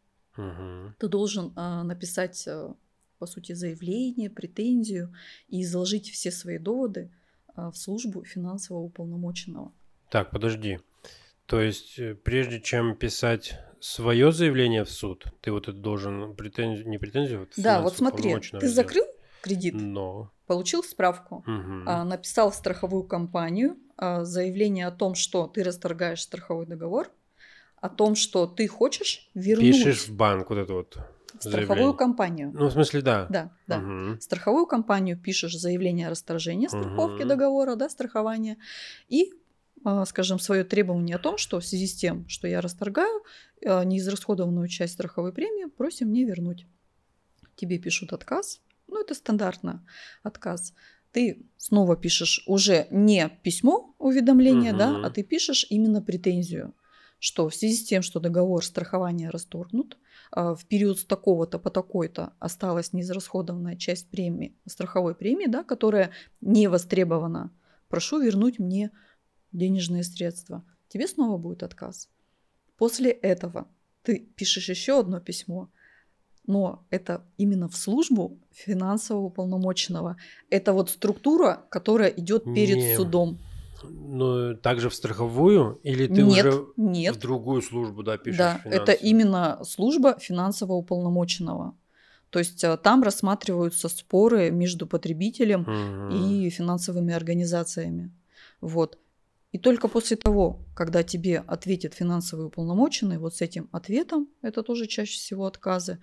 ты должен написать, по сути, заявление, претензию и изложить все свои доводы в службу финансового уполномоченного. Так, подожди. То есть прежде чем писать свое заявление в суд, ты вот это должен претензию, не претензию, вот Да, вот финансово смотри, уполномоченного ты сделать. закрыл кредит, Но. получил справку, написал в страховую компанию заявление о том, что ты расторгаешь страховой договор, о том, что ты хочешь вернуть Пишешь в банк вот это вот в страховую заявление. компанию. Ну, в смысле, да. Да. В страховую компанию пишешь заявление о расторжении страховки договора, да, страхования, и, скажем, свое требование о том, что в связи с тем, что я расторгаю неизрасходованную часть страховой премии, просим мне вернуть. Тебе пишут отказ. Ну, это стандартно отказ. Ты снова пишешь уже не письмо уведомления, да, а ты пишешь именно претензию, что в связи с тем, что договор страхования расторгнут, в период с такого-то по такой-то осталась неизрасходованная часть премии, страховой премии, да, которая не востребована, прошу вернуть мне денежные средства. Тебе снова будет отказ. После этого ты пишешь еще одно письмо, но это именно в службу финансового уполномоченного. Это вот структура, которая идет перед судом. Ну, также в страховую, или ты Нет, уже нет. в другую службу, да, пишешь Да, это именно служба финансового уполномоченного. То есть там рассматриваются споры между потребителем и финансовыми организациями. Вот. И только после того, когда тебе ответит финансовый уполномоченный, вот с этим ответом, это тоже чаще всего отказы,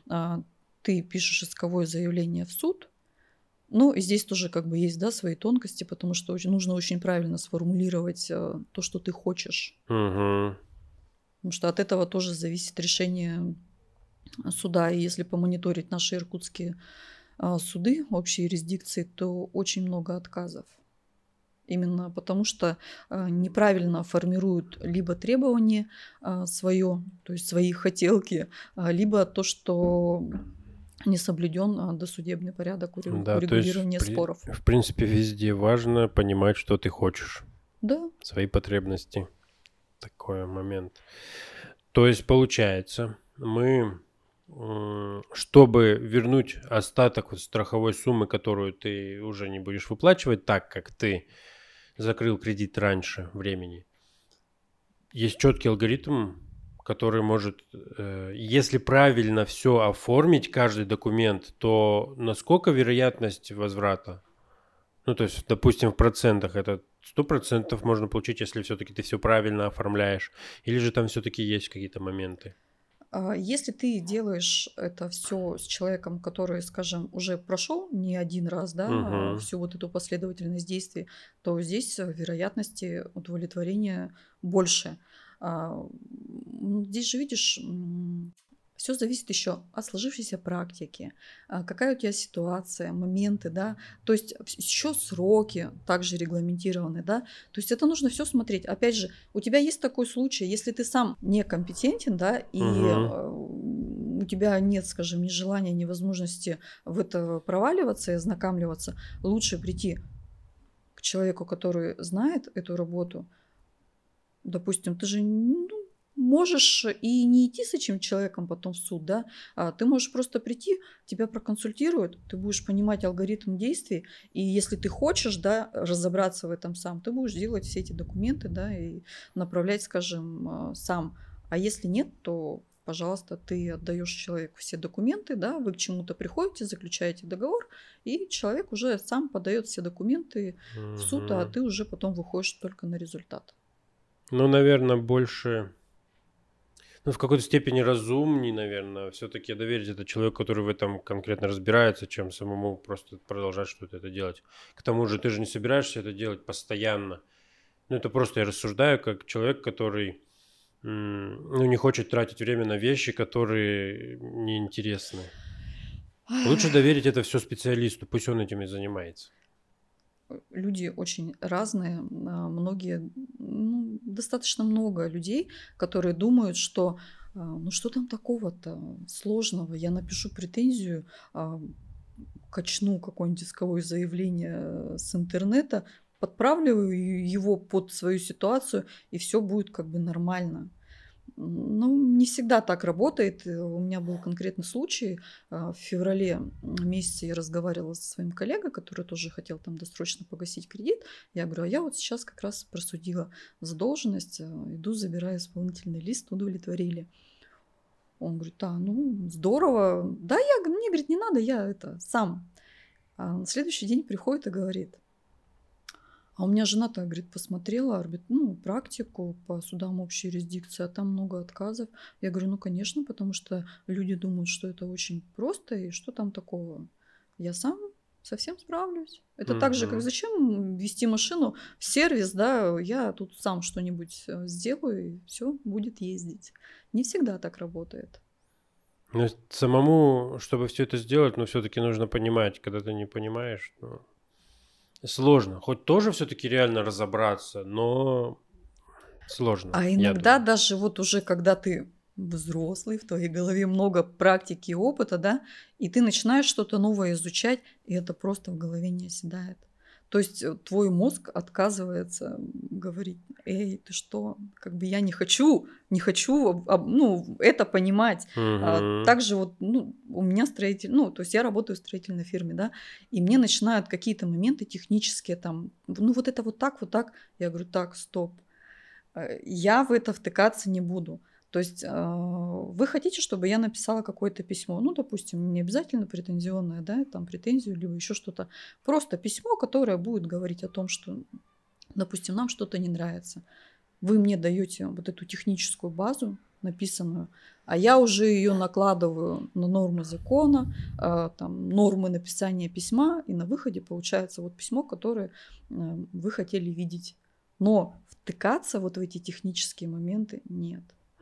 ты пишешь исковое заявление в суд. Ну, и здесь тоже как бы есть, да, свои тонкости, потому что нужно очень правильно сформулировать то, что ты хочешь. Потому что от этого тоже зависит решение суда. И если помониторить наши иркутские суды общей юрисдикции, то очень много отказов. Именно потому что неправильно формируют либо требования свое, то есть свои хотелки, либо то, что не соблюден досудебный порядок урегулирования споров. В принципе, везде важно понимать, что ты хочешь. Да. Свои потребности. Такой момент. То есть, получается, мы, чтобы вернуть остаток вот страховой суммы, которую ты уже не будешь выплачивать, так как ты закрыл кредит раньше времени, есть четкий алгоритм, который может, если правильно все оформить, каждый документ, то насколько вероятность возврата? Ну, то есть, допустим, в процентах это 100% можно получить, если все-таки ты все правильно оформляешь, или же там все-таки есть какие-то моменты? Если ты делаешь это все с человеком, который, скажем, уже прошел не один раз, да, всю вот эту последовательность действий, то здесь вероятности удовлетворения больше. Здесь же, видишь, все зависит еще от сложившейся практики, какая у тебя ситуация, моменты, да, то есть еще сроки также регламентированы, да, то есть это нужно все смотреть. Опять же, у тебя есть такой случай, если ты сам некомпетентен, да, и у тебя нет, скажем, ни желания, ни возможности в это проваливаться и ознакомливаться, лучше прийти к человеку, который знает эту работу. Допустим, ты же можешь и не идти с этим человеком потом в суд, да, ты можешь просто прийти, тебя проконсультируют, ты будешь понимать алгоритм действий, и если ты хочешь, да, разобраться в этом сам, ты будешь делать все эти документы, да, и направлять, скажем, сам. А если нет, то, пожалуйста, ты отдаешь человеку все документы, да, вы к чему-то приходите, заключаете договор, и человек уже сам подает все документы в суд, а ты уже потом выходишь только на результат. Ну, наверное, больше... Ну, в какой-то степени разумней, наверное, все-таки доверить это человеку, который в этом конкретно разбирается, чем самому просто продолжать что-то это делать. К тому же ты же не собираешься это делать постоянно. Ну, это просто я рассуждаю как человек, который ну, не хочет тратить время на вещи, которые неинтересны. Лучше доверить это все специалисту, пусть он этим и занимается. Люди очень разные, многие, ну, достаточно много людей, которые думают, что ну что там такого-то сложного, я напишу претензию, качну какое-нибудь исковое заявление с интернета, подправлю его под свою ситуацию, и все будет как бы нормально. Ну, не всегда так работает. У меня был конкретный случай. В феврале месяце я разговаривала со своим коллегой, который тоже хотел там досрочно погасить кредит. Я говорю, а я вот сейчас как раз просудила задолженность, иду, забираю исполнительный лист, удовлетворили. Он говорит, ну, здорово. Да, мне, говорит, не надо, я это сам. А на следующий день приходит и говорит, а у меня жена-то, говорит, посмотрела практику по судам общей юрисдикции, а там много отказов. Я говорю, ну, конечно, потому что люди думают, что это очень просто, и что там такого? Я сам совсем справлюсь. Это так же, как зачем вести машину в сервис, да, я тут сам что-нибудь сделаю, и все будет ездить. Не всегда так работает. Ну, самому, чтобы все это сделать, но все-таки нужно понимать, когда ты не понимаешь, сложно. Хоть тоже все-таки реально разобраться, но сложно. А иногда даже вот уже когда ты взрослый, в твоей голове много практики и опыта, да, и ты начинаешь что-то новое изучать, и это просто в голове не оседает. То есть твой мозг отказывается говорить, эй, ты что, как бы я не хочу это понимать. Также вот, у меня то есть я работаю в строительной фирме, да, и мне начинают какие-то моменты технические там, вот это вот так, я говорю, так, стоп, я в это втыкаться не буду. То есть вы хотите, чтобы я написала какое-то письмо, ну, допустим, не обязательно претензионное, да, там претензию, либо еще что-то, просто письмо, которое будет говорить о том, что, допустим, нам что-то не нравится. Вы мне даете вот эту техническую базу написанную, а я уже ее накладываю на нормы закона, там, нормы написания письма, и на выходе получается вот письмо, которое вы хотели видеть. Но втыкаться вот в эти технические моменты нет.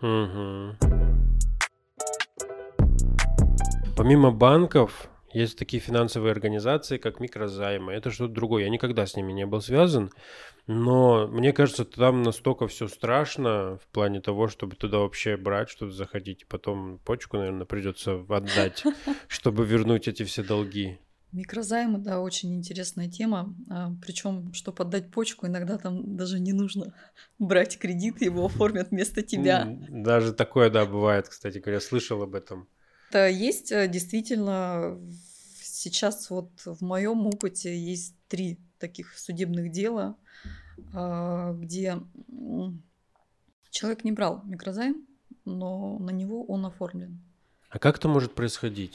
Помимо банков, есть такие финансовые организации, как микрозаймы. Это что-то другое. Я никогда с ними не был связан, но мне кажется, там настолько все страшно в плане того, чтобы туда вообще брать, что-то заходить, и потом почку, наверное, придется отдать, чтобы вернуть эти все долги. Микрозаймы, да, очень интересная тема. Причем, чтобы отдать почку, иногда там даже не нужно брать кредит, его оформят вместо тебя. Даже такое, да, бывает, кстати говоря, слышал об этом. Да, есть действительно, сейчас вот в моем опыте есть 3 таких судебных дела, где человек не брал микрозайм, но на него он оформлен. А как это может происходить?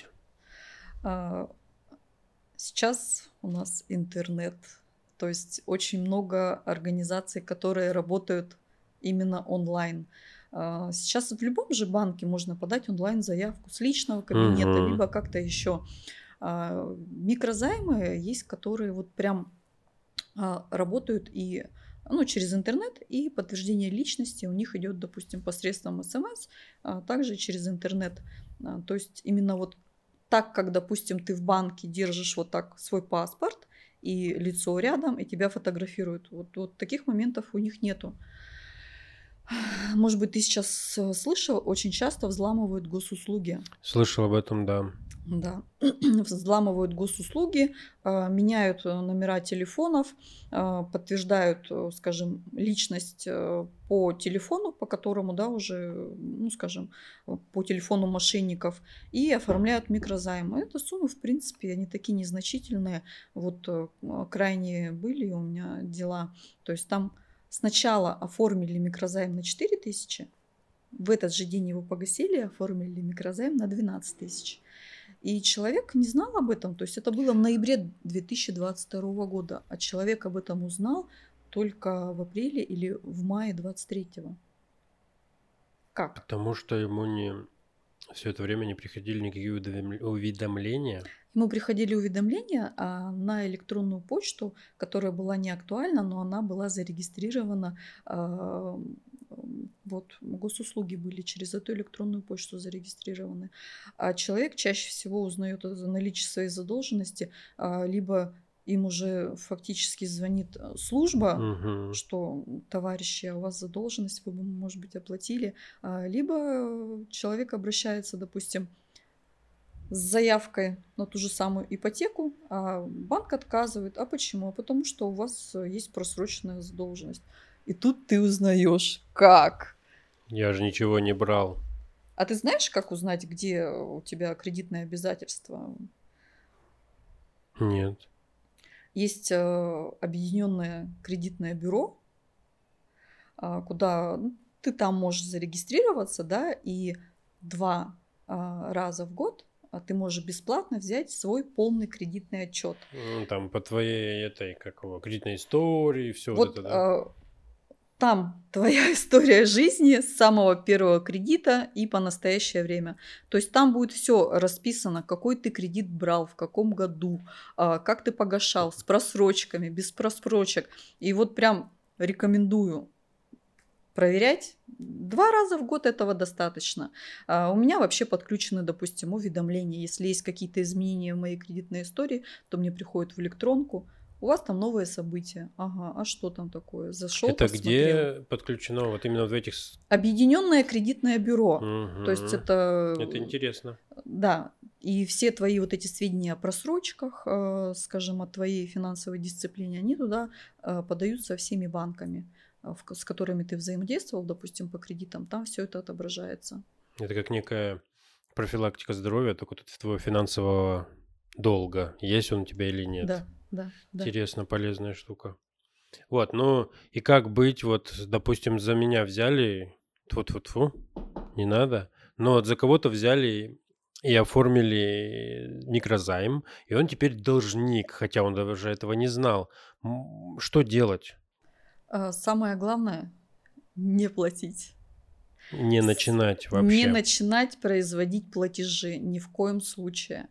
Сейчас у нас интернет, то есть очень много организаций, которые работают именно онлайн. Сейчас в любом же банке можно подать онлайн-заявку с личного кабинета, либо как-то еще. Микрозаймы есть, которые вот прям работают и через интернет, и подтверждение личности у них идет, допустим, посредством СМС, а также через интернет. То есть именно вот так, как, допустим, ты в банке держишь вот так свой паспорт, и лицо рядом, и тебя фотографируют. Вот таких моментов у них нету. Может быть, ты сейчас слышал, очень часто взламывают госуслуги. Слышал об этом, да. Да, взламывают госуслуги, меняют номера телефонов, подтверждают, скажем, личность по телефону, по которому, да, уже, скажем, по телефону мошенников, и оформляют микрозаймы. Это суммы, в принципе, они такие незначительные. Вот крайние были у меня дела. То есть там сначала оформили микрозайм на 4 тысячи, в этот же день его погасили, оформили микрозайм на 12 тысяч. И человек не знал об этом, то есть это было в ноябре 2022 года, а человек об этом узнал только в апреле или в мае 2023. Как? Потому что ему все это время не приходили никакие уведомления. Ему приходили уведомления на электронную почту, которая была не актуальна, но она была зарегистрирована. Вот госуслуги были через эту электронную почту зарегистрированы. А человек чаще всего узнает о наличии своей задолженности, либо им уже фактически звонит служба, Мгм. что товарищи, у вас задолженность, вы бы, может быть, оплатили, либо человек обращается, допустим, с заявкой на ту же самую ипотеку, а банк отказывает. А почему? А потому что у вас есть просроченная задолженность. И тут ты узнаешь, как. Я же ничего не брал. А ты знаешь, как узнать, где у тебя кредитные обязательства? Нет. Есть объединенное кредитное бюро, куда ты там можешь зарегистрироваться, да, и 2 раза в год ты можешь бесплатно взять свой полный кредитный отчет. Там по твоей этой, как его, кредитной истории, все вот Вот это, да? там твоя история жизни с самого первого кредита и по настоящее время. То есть там будет все расписано, какой ты кредит брал, в каком году, как ты погашал, с просрочками, без просрочек. И вот прям рекомендую проверять. 2 раза в год этого достаточно. У меня вообще подключены, допустим, уведомления. Если есть какие-то изменения в моей кредитной истории, то мне приходит в электронку. У вас там новые события. Ага, а что там такое? Зашел, Это посмотрел. где подключено? Вот именно в этих... Объединенное кредитное бюро. То есть Мгм. это, Это интересно. да, и все твои вот эти сведения о просрочках, скажем, о твоей финансовой дисциплине, они туда подаются всеми банками, с которыми ты взаимодействовал, допустим, по кредитам, там все это отображается. Это как некая профилактика здоровья, только тут твоего финансового долга. Есть он у тебя или нет. Да, да, да. Интересно, полезная штука. Вот, ну и как быть, вот, допустим, за меня взяли, тьфу-тьфу-тьфу, не надо, но вот за кого-то взяли и оформили микрозайм, и он теперь должник, хотя он даже этого не знал. Что делать? Самое главное не платить. Не начинать Не вообще. начинать производить платежи ни в коем случае.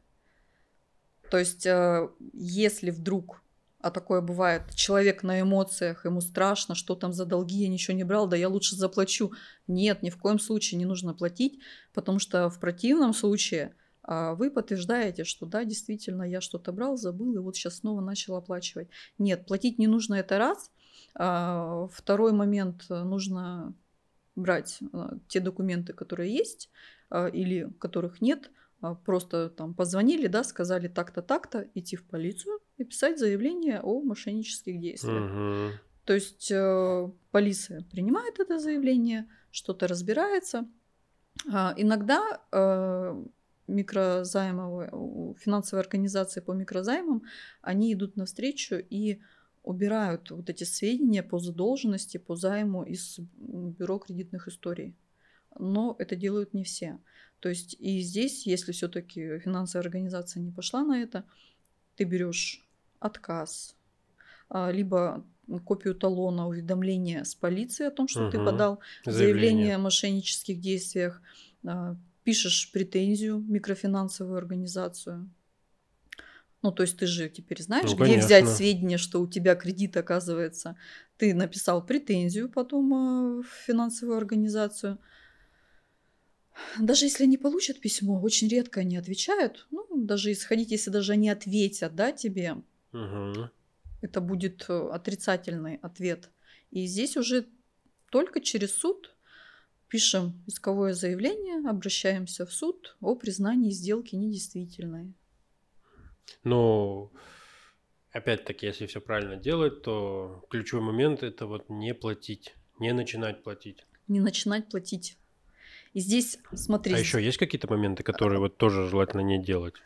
То есть, если вдруг, а такое бывает, человек на эмоциях, ему страшно, что там за долги, я ничего не брал, да я лучше заплачу. Нет, ни в коем случае не нужно платить, потому что в противном случае вы подтверждаете, что да, действительно, я что-то брал, забыл, и вот сейчас снова начал оплачивать. Нет, платить не нужно, это раз. Второй момент, нужно брать те документы, которые есть, или которых нет, просто там позвонили, да, сказали так-то, так-то, идти в полицию и писать заявление о мошеннических действиях. Мгм. То есть полиция принимает это заявление, что-то разбирается. Иногда финансовые организации по микрозаймам, они идут навстречу и убирают вот эти сведения по задолженности, по займу из бюро кредитных историй. Но это делают не все. То есть и здесь, если все-таки финансовая организация не пошла на это, ты берешь отказ, либо копию талона, уведомление с полиции о том, что ты Мгм. подал заявление о мошеннических действиях, пишешь претензию в микрофинансовую организацию. Ну, то есть ты же теперь знаешь, Ну, где взять конечно. сведения, что у тебя кредит, оказывается. Ты написал претензию потом в финансовую организацию. Даже если они получат письмо, очень редко они отвечают. Ну, даже исходить, если даже они ответят, да, тебе, Мгм. это будет отрицательный ответ. И здесь уже только через суд пишем исковое заявление, обращаемся в суд о признании сделки недействительной. Ну, опять-таки, если все правильно делать, то ключевой момент это вот не платить, не начинать платить. Не начинать платить. И здесь, смотри, А еще есть какие-то моменты, которые вот тоже желательно не делать?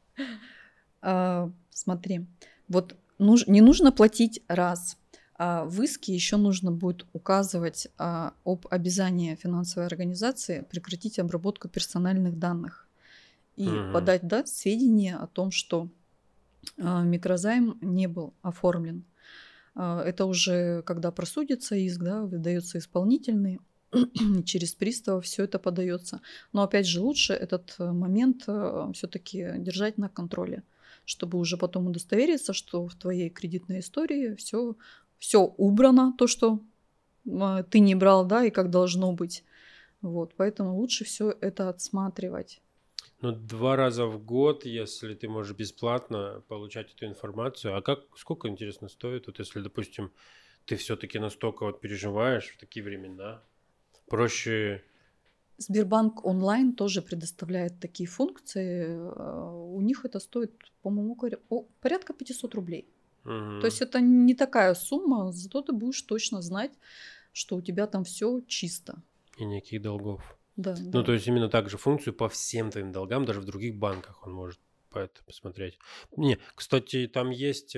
смотри, вот не нужно платить раз. В иске еще нужно будет указывать об обязании финансовой организации прекратить обработку персональных данных и Мгм. подать, да, сведения о том, что микрозайм не был оформлен. Это уже когда просудится иск, да, выдается исполнительный через пристава все это подается. Но опять же лучше этот момент все-таки держать на контроле, чтобы уже потом удостовериться, что в твоей кредитной истории все убрано, то, что ты не брал, да, и как должно быть. Вот, поэтому лучше все это отсматривать. Ну, 2 раза в год, если ты можешь бесплатно получать эту информацию. А сколько, интересно, стоит? Вот если, допустим, ты все-таки настолько вот переживаешь в такие времена, проще... Сбербанк онлайн тоже предоставляет такие функции. У них это стоит, по-моему, порядка 500 рублей. То есть это не такая сумма, зато ты будешь точно знать, что у тебя там все чисто. И никаких долгов. Да, Ну, да. то есть именно так же функцию по всем твоим долгам, даже в других банках он может по это посмотреть. Не, кстати, там есть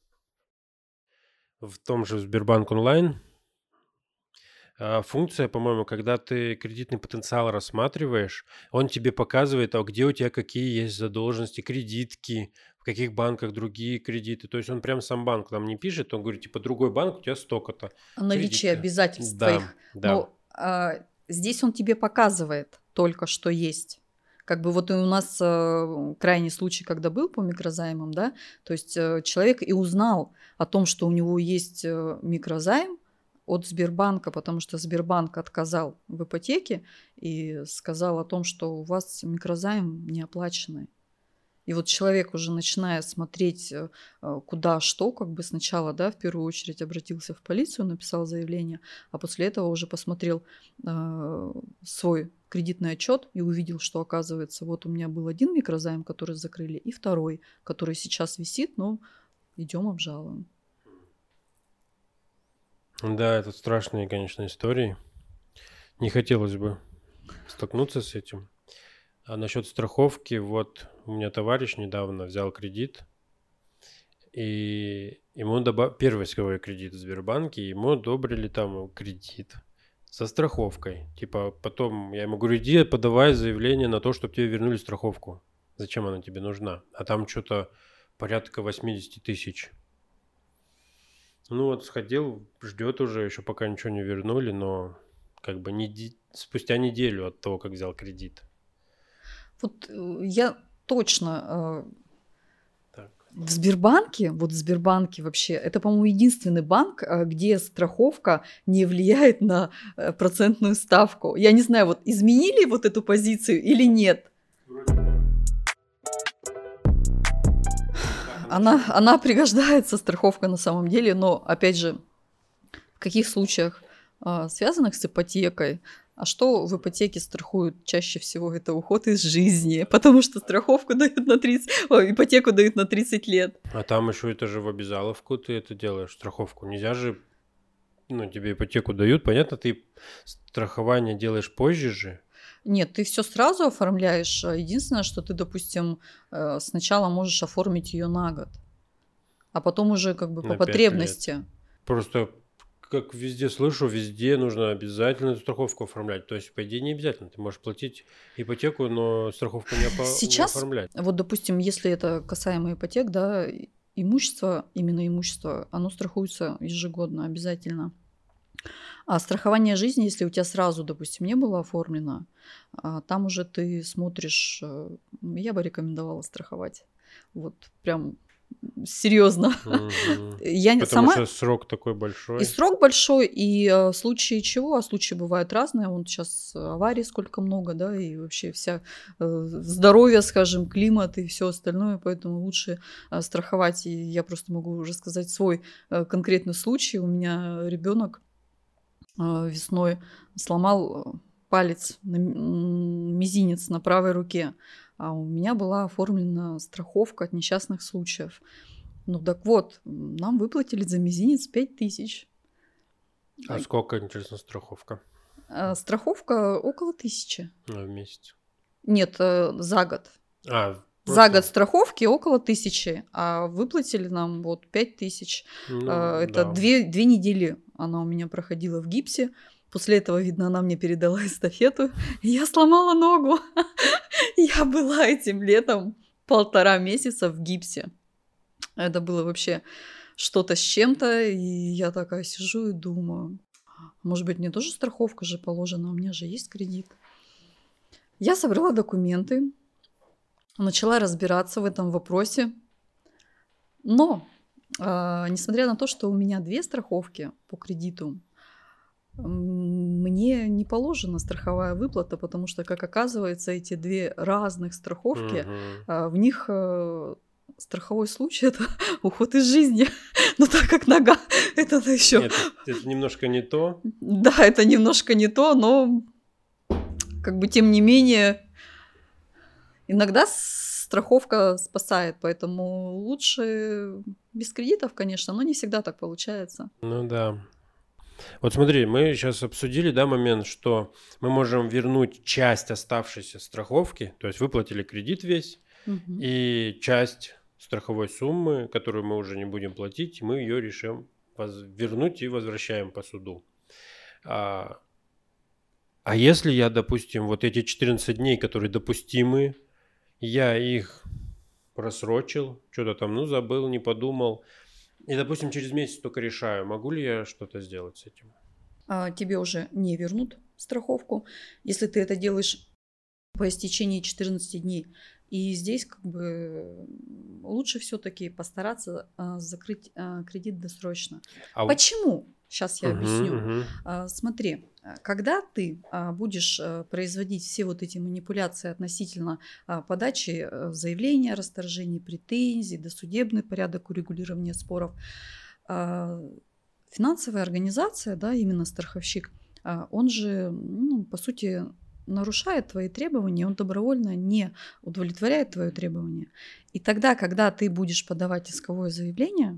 в том же Сбербанк онлайн функция, по-моему, когда ты кредитный потенциал рассматриваешь, он тебе показывает, где у тебя какие есть задолженности, кредитки, в каких банках другие кредиты. То есть он прям сам банк там не пишет, он говорит, типа, другой банк, у тебя столько-то Наличие кредитка. обязательств Да, твоих. да. Но здесь он тебе показывает только, что есть. Как бы вот и у нас крайний случай, когда был по микрозаймам, да, то есть человек и узнал о том, что у него есть микрозайм от Сбербанка, потому что Сбербанк отказал в ипотеке и сказал о том, что у вас микрозайм не оплаченный. И вот человек уже начиная смотреть, куда что, как бы сначала, да, в первую очередь обратился в полицию, написал заявление, а после этого уже посмотрел свой кредитный отчет и увидел, что, оказывается, вот у меня был один микрозайм, который закрыли, и второй, который сейчас висит, но идем обжалуем. Да, это страшные, конечно, истории. Не хотелось бы столкнуться с этим. А насчет страховки, вот у меня товарищ недавно взял кредит, и ему первый свой кредит в Сбербанке, ему одобрили там кредит со страховкой. Типа потом я ему говорю, иди подавай заявление на то, чтобы тебе вернули страховку. Зачем она тебе нужна? А там что-то порядка 80 тысяч. Ну вот сходил, ждет уже, еще пока ничего не вернули, но как бы спустя неделю от того, как взял кредит. Вот я точно в Сбербанке вообще, это, по-моему, единственный банк, где страховка не влияет на процентную ставку. Я не знаю, вот изменили вот эту позицию или нет? Она пригождается, страховка на самом деле, но, опять же, в каких случаях, связанных с ипотекой, а что в ипотеке страхуют чаще всего, это уход из жизни, потому что страховку дают ипотеку дают на 30 лет. А там еще это же в обязаловку ты это делаешь, страховку. Нельзя же, тебе ипотеку дают, понятно, ты страхование делаешь позже же. Нет, ты все сразу оформляешь. Единственное, что ты, допустим, сначала можешь оформить ее на год, а потом уже как бы по потребности. Просто как везде слышу, везде нужно обязательно страховку оформлять. То есть, по идее, не обязательно. Ты можешь платить ипотеку, но страховку не оформлять. Вот, допустим, если это касаемо ипотек, да, именно имущество, оно страхуется ежегодно обязательно. А страхование жизни, если у тебя сразу, допустим, не было оформлено, там уже ты смотришь, я бы рекомендовала страховать. Вот прям серьезно. Потому что срок такой большой. И срок большой, и в случае чего, а случаи бывают разные, вот сейчас аварий сколько много, да, и вообще вся здоровье, скажем, климат и все остальное, поэтому лучше страховать. И я просто могу рассказать свой конкретный случай. У меня ребенок весной сломал палец, мизинец на правой руке, а у меня была оформлена страховка от несчастных случаев. Ну так вот, нам выплатили за мизинец 5000. А сколько, интересно, страховка? Страховка около 1000. В месяц? Нет, за год. За год страховки около 1000, а выплатили нам вот 5000. Это 2 недели она у меня проходила в гипсе. После этого, видно, она мне передала эстафету. Я сломала ногу. Я была этим летом 1,5 месяца в гипсе. Это было вообще что-то с чем-то. И я такая сижу и думаю, Может быть, мне тоже страховка же положена, у меня же есть кредит. Я собрала документы, начала разбираться в этом вопросе, но несмотря на то, что у меня 2 страховки по кредиту, мне не положена страховая выплата, потому что, как оказывается, эти 2 разных страховки, Мгм. в них страховой случай это уход из жизни. Но так как нога это еще, Это немножко не то. да, это немножко не то, но как бы тем не менее иногда страховка спасает, поэтому лучше без кредитов, конечно, но не всегда так получается. Ну да. Вот смотри, мы сейчас обсудили, да, момент, что мы можем вернуть часть оставшейся страховки, то есть выплатили кредит весь, Мгм. и часть страховой суммы, которую мы уже не будем платить, мы ее решим вернуть и возвращаем по суду. А а если я, допустим, вот эти 14 дней, которые допустимы, я их просрочил, что-то там, ну, забыл, не подумал, и, допустим, через месяц только решаю, могу ли я что-то сделать с этим? Тебе уже не вернут страховку, если ты это делаешь по истечении 14 дней. И здесь как бы лучше все-таки постараться закрыть кредит досрочно. А вот... Почему? Сейчас я объясню. Мгм. Смотри, когда ты будешь производить все вот эти манипуляции относительно подачи заявления о расторжении претензий, досудебный порядок урегулирования споров, финансовая организация, да, именно страховщик, он же, ну, по сути, нарушает твои требования, он добровольно не удовлетворяет твое требование. И тогда, когда ты будешь подавать исковое заявление,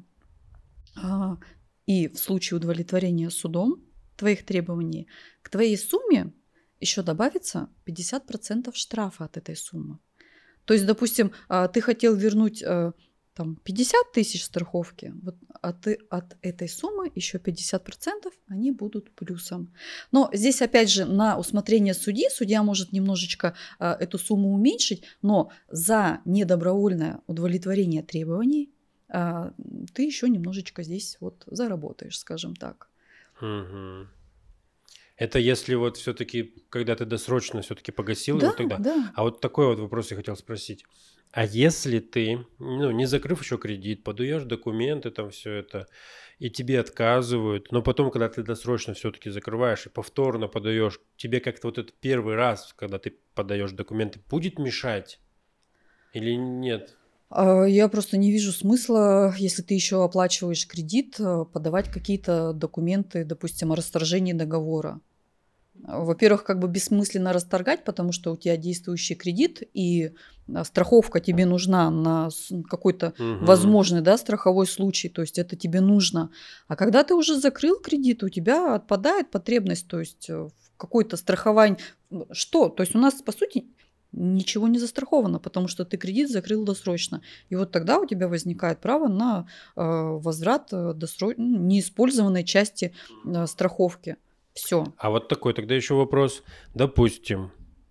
и в случае удовлетворения судом твоих требований, к твоей сумме еще добавится 50% штрафа от этой суммы. То есть, допустим, ты хотел вернуть там 50 тысяч страховки, вот от этой суммы еще 50% они будут плюсом. Но здесь, опять же, на усмотрение судьи, судья может немножечко эту сумму уменьшить, но за недобровольное удовлетворение требований ты еще немножечко здесь вот заработаешь, скажем так. Мгм. Это если вот все-таки, когда ты досрочно все-таки погасил Да, его тогда. да. А вот такой вот вопрос я хотел спросить. А если ты, ну, не закрыв еще кредит, подаешь документы, там все это, и тебе отказывают, но потом, когда ты досрочно все-таки закрываешь и повторно подаешь, тебе как-то вот этот первый раз, когда ты подаешь документы, будет мешать или нет? Я просто не вижу смысла, если ты еще оплачиваешь кредит, подавать какие-то документы, допустим, о расторжении договора. Во-первых, как бы бессмысленно расторгать, потому что у тебя действующий кредит, и страховка тебе нужна на какой-то Мгм. возможный, да, страховой случай, то есть это тебе нужно. А когда ты уже закрыл кредит, у тебя отпадает потребность, то есть в какой-то страховании. Что? То есть у нас, по сути, ничего не застраховано, потому что ты кредит закрыл досрочно. И вот тогда у тебя возникает право на возврат неиспользованной части страховки. Все. А вот такой тогда еще вопрос. Допустим,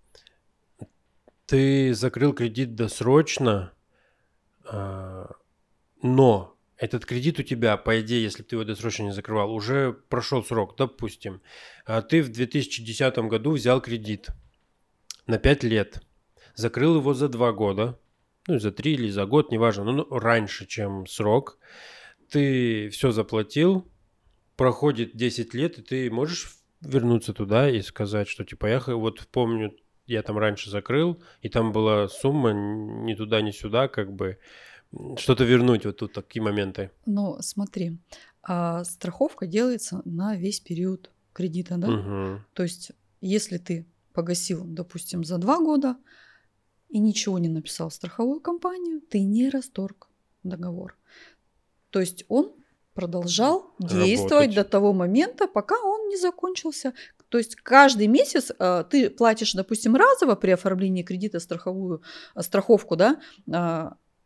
ты закрыл кредит досрочно, но этот кредит у тебя, по идее, если бы ты его досрочно не закрывал, уже прошел срок, допустим. Ты в 2010 году взял кредит на 5 лет, закрыл его за 2 года, ну, за 3 или за год, неважно, но раньше, чем срок. Ты все заплатил, проходит 10 лет, и ты можешь вернуться туда и сказать, что типа я вот помню, я там раньше закрыл, и там была сумма ни туда, ни сюда, как бы что-то вернуть, вот тут такие моменты. Ну, смотри, страховка делается на весь период кредита, да? Мгм. То есть, если ты погасил, допустим, за 2 года и ничего не написал в страховую компанию, ты не расторг договор. То есть он продолжал действовать Работать. до того момента, пока он не закончился. То есть каждый месяц ты платишь, допустим, разово при оформлении кредита страховку, да,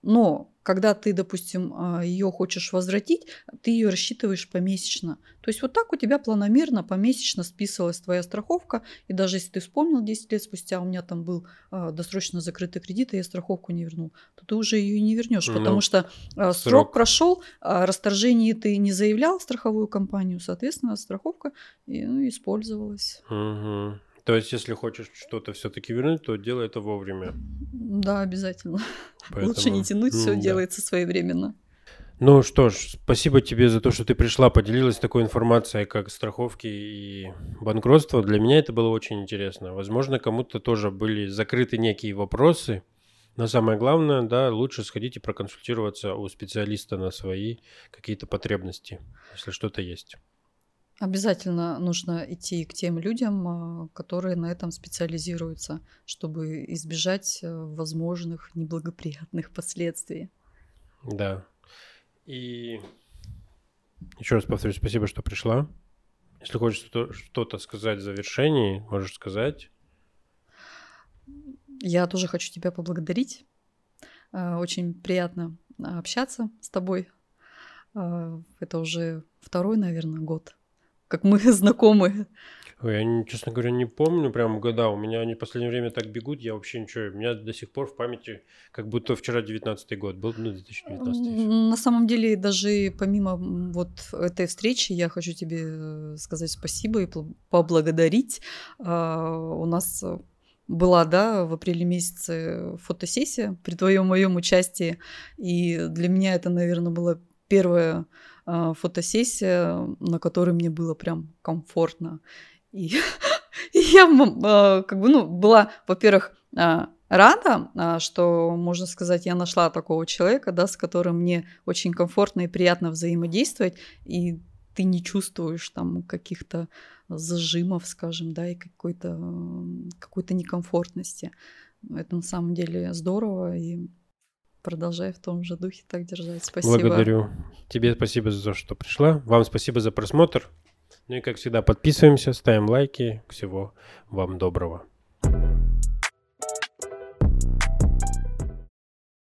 Но когда ты, допустим, ее хочешь возвратить, ты ее рассчитываешь помесячно. То есть вот так у тебя планомерно помесячно списывалась твоя страховка, и даже если ты вспомнил 10 лет спустя, у меня там был досрочно закрытый кредит, и я страховку не вернул, то ты уже ее не вернешь, потому Ну, что срок срок. прошел, о расторжении ты не заявлял в страховую компанию, соответственно, страховка использовалась. Мгм. То есть, если хочешь что-то все-таки вернуть, то делай это вовремя. Да, обязательно. Лучше не Поэтому, тянуть, все да. делается своевременно. Ну что ж, спасибо тебе за то, что ты пришла, поделилась такой информацией, как страховки и банкротство. Для меня это было очень интересно. Возможно, кому-то тоже были закрыты некие вопросы. Но самое главное, да, лучше сходить и проконсультироваться у специалиста на свои какие-то потребности, если что-то есть. Обязательно нужно идти к тем людям, которые на этом специализируются, чтобы избежать возможных неблагоприятных последствий. Да. И еще раз повторюсь, спасибо, что пришла. Если хочешь что-то сказать в завершении, можешь сказать. Я тоже хочу тебя поблагодарить. Очень приятно общаться с тобой. Это уже второй, наверное, год, как мы знакомы. Ой, я, честно говоря, не помню прям года. У меня они в последнее время так бегут, я вообще ничего. У меня до сих пор в памяти, как будто вчера 19-й год был, 2019 и всё. На самом деле, даже помимо вот этой встречи, я хочу тебе сказать спасибо и поблагодарить. У нас была, да, в апреле месяце фотосессия при твоем моем участии, и для меня это, наверное, была первая фотосессия, на которой мне было прям комфортно. И и я как бы, была, во-первых, рада, что, можно сказать, я нашла такого человека, да, с которым мне очень комфортно и приятно взаимодействовать, и ты не чувствуешь там каких-то зажимов, скажем, да, и какой-то некомфортности. Это на самом деле здорово, и продолжай в том же духе так держать. Спасибо. Благодарю. Тебе спасибо за то, что пришла. Вам спасибо за просмотр. Ну и, как всегда, подписываемся, ставим лайки. Всего вам доброго.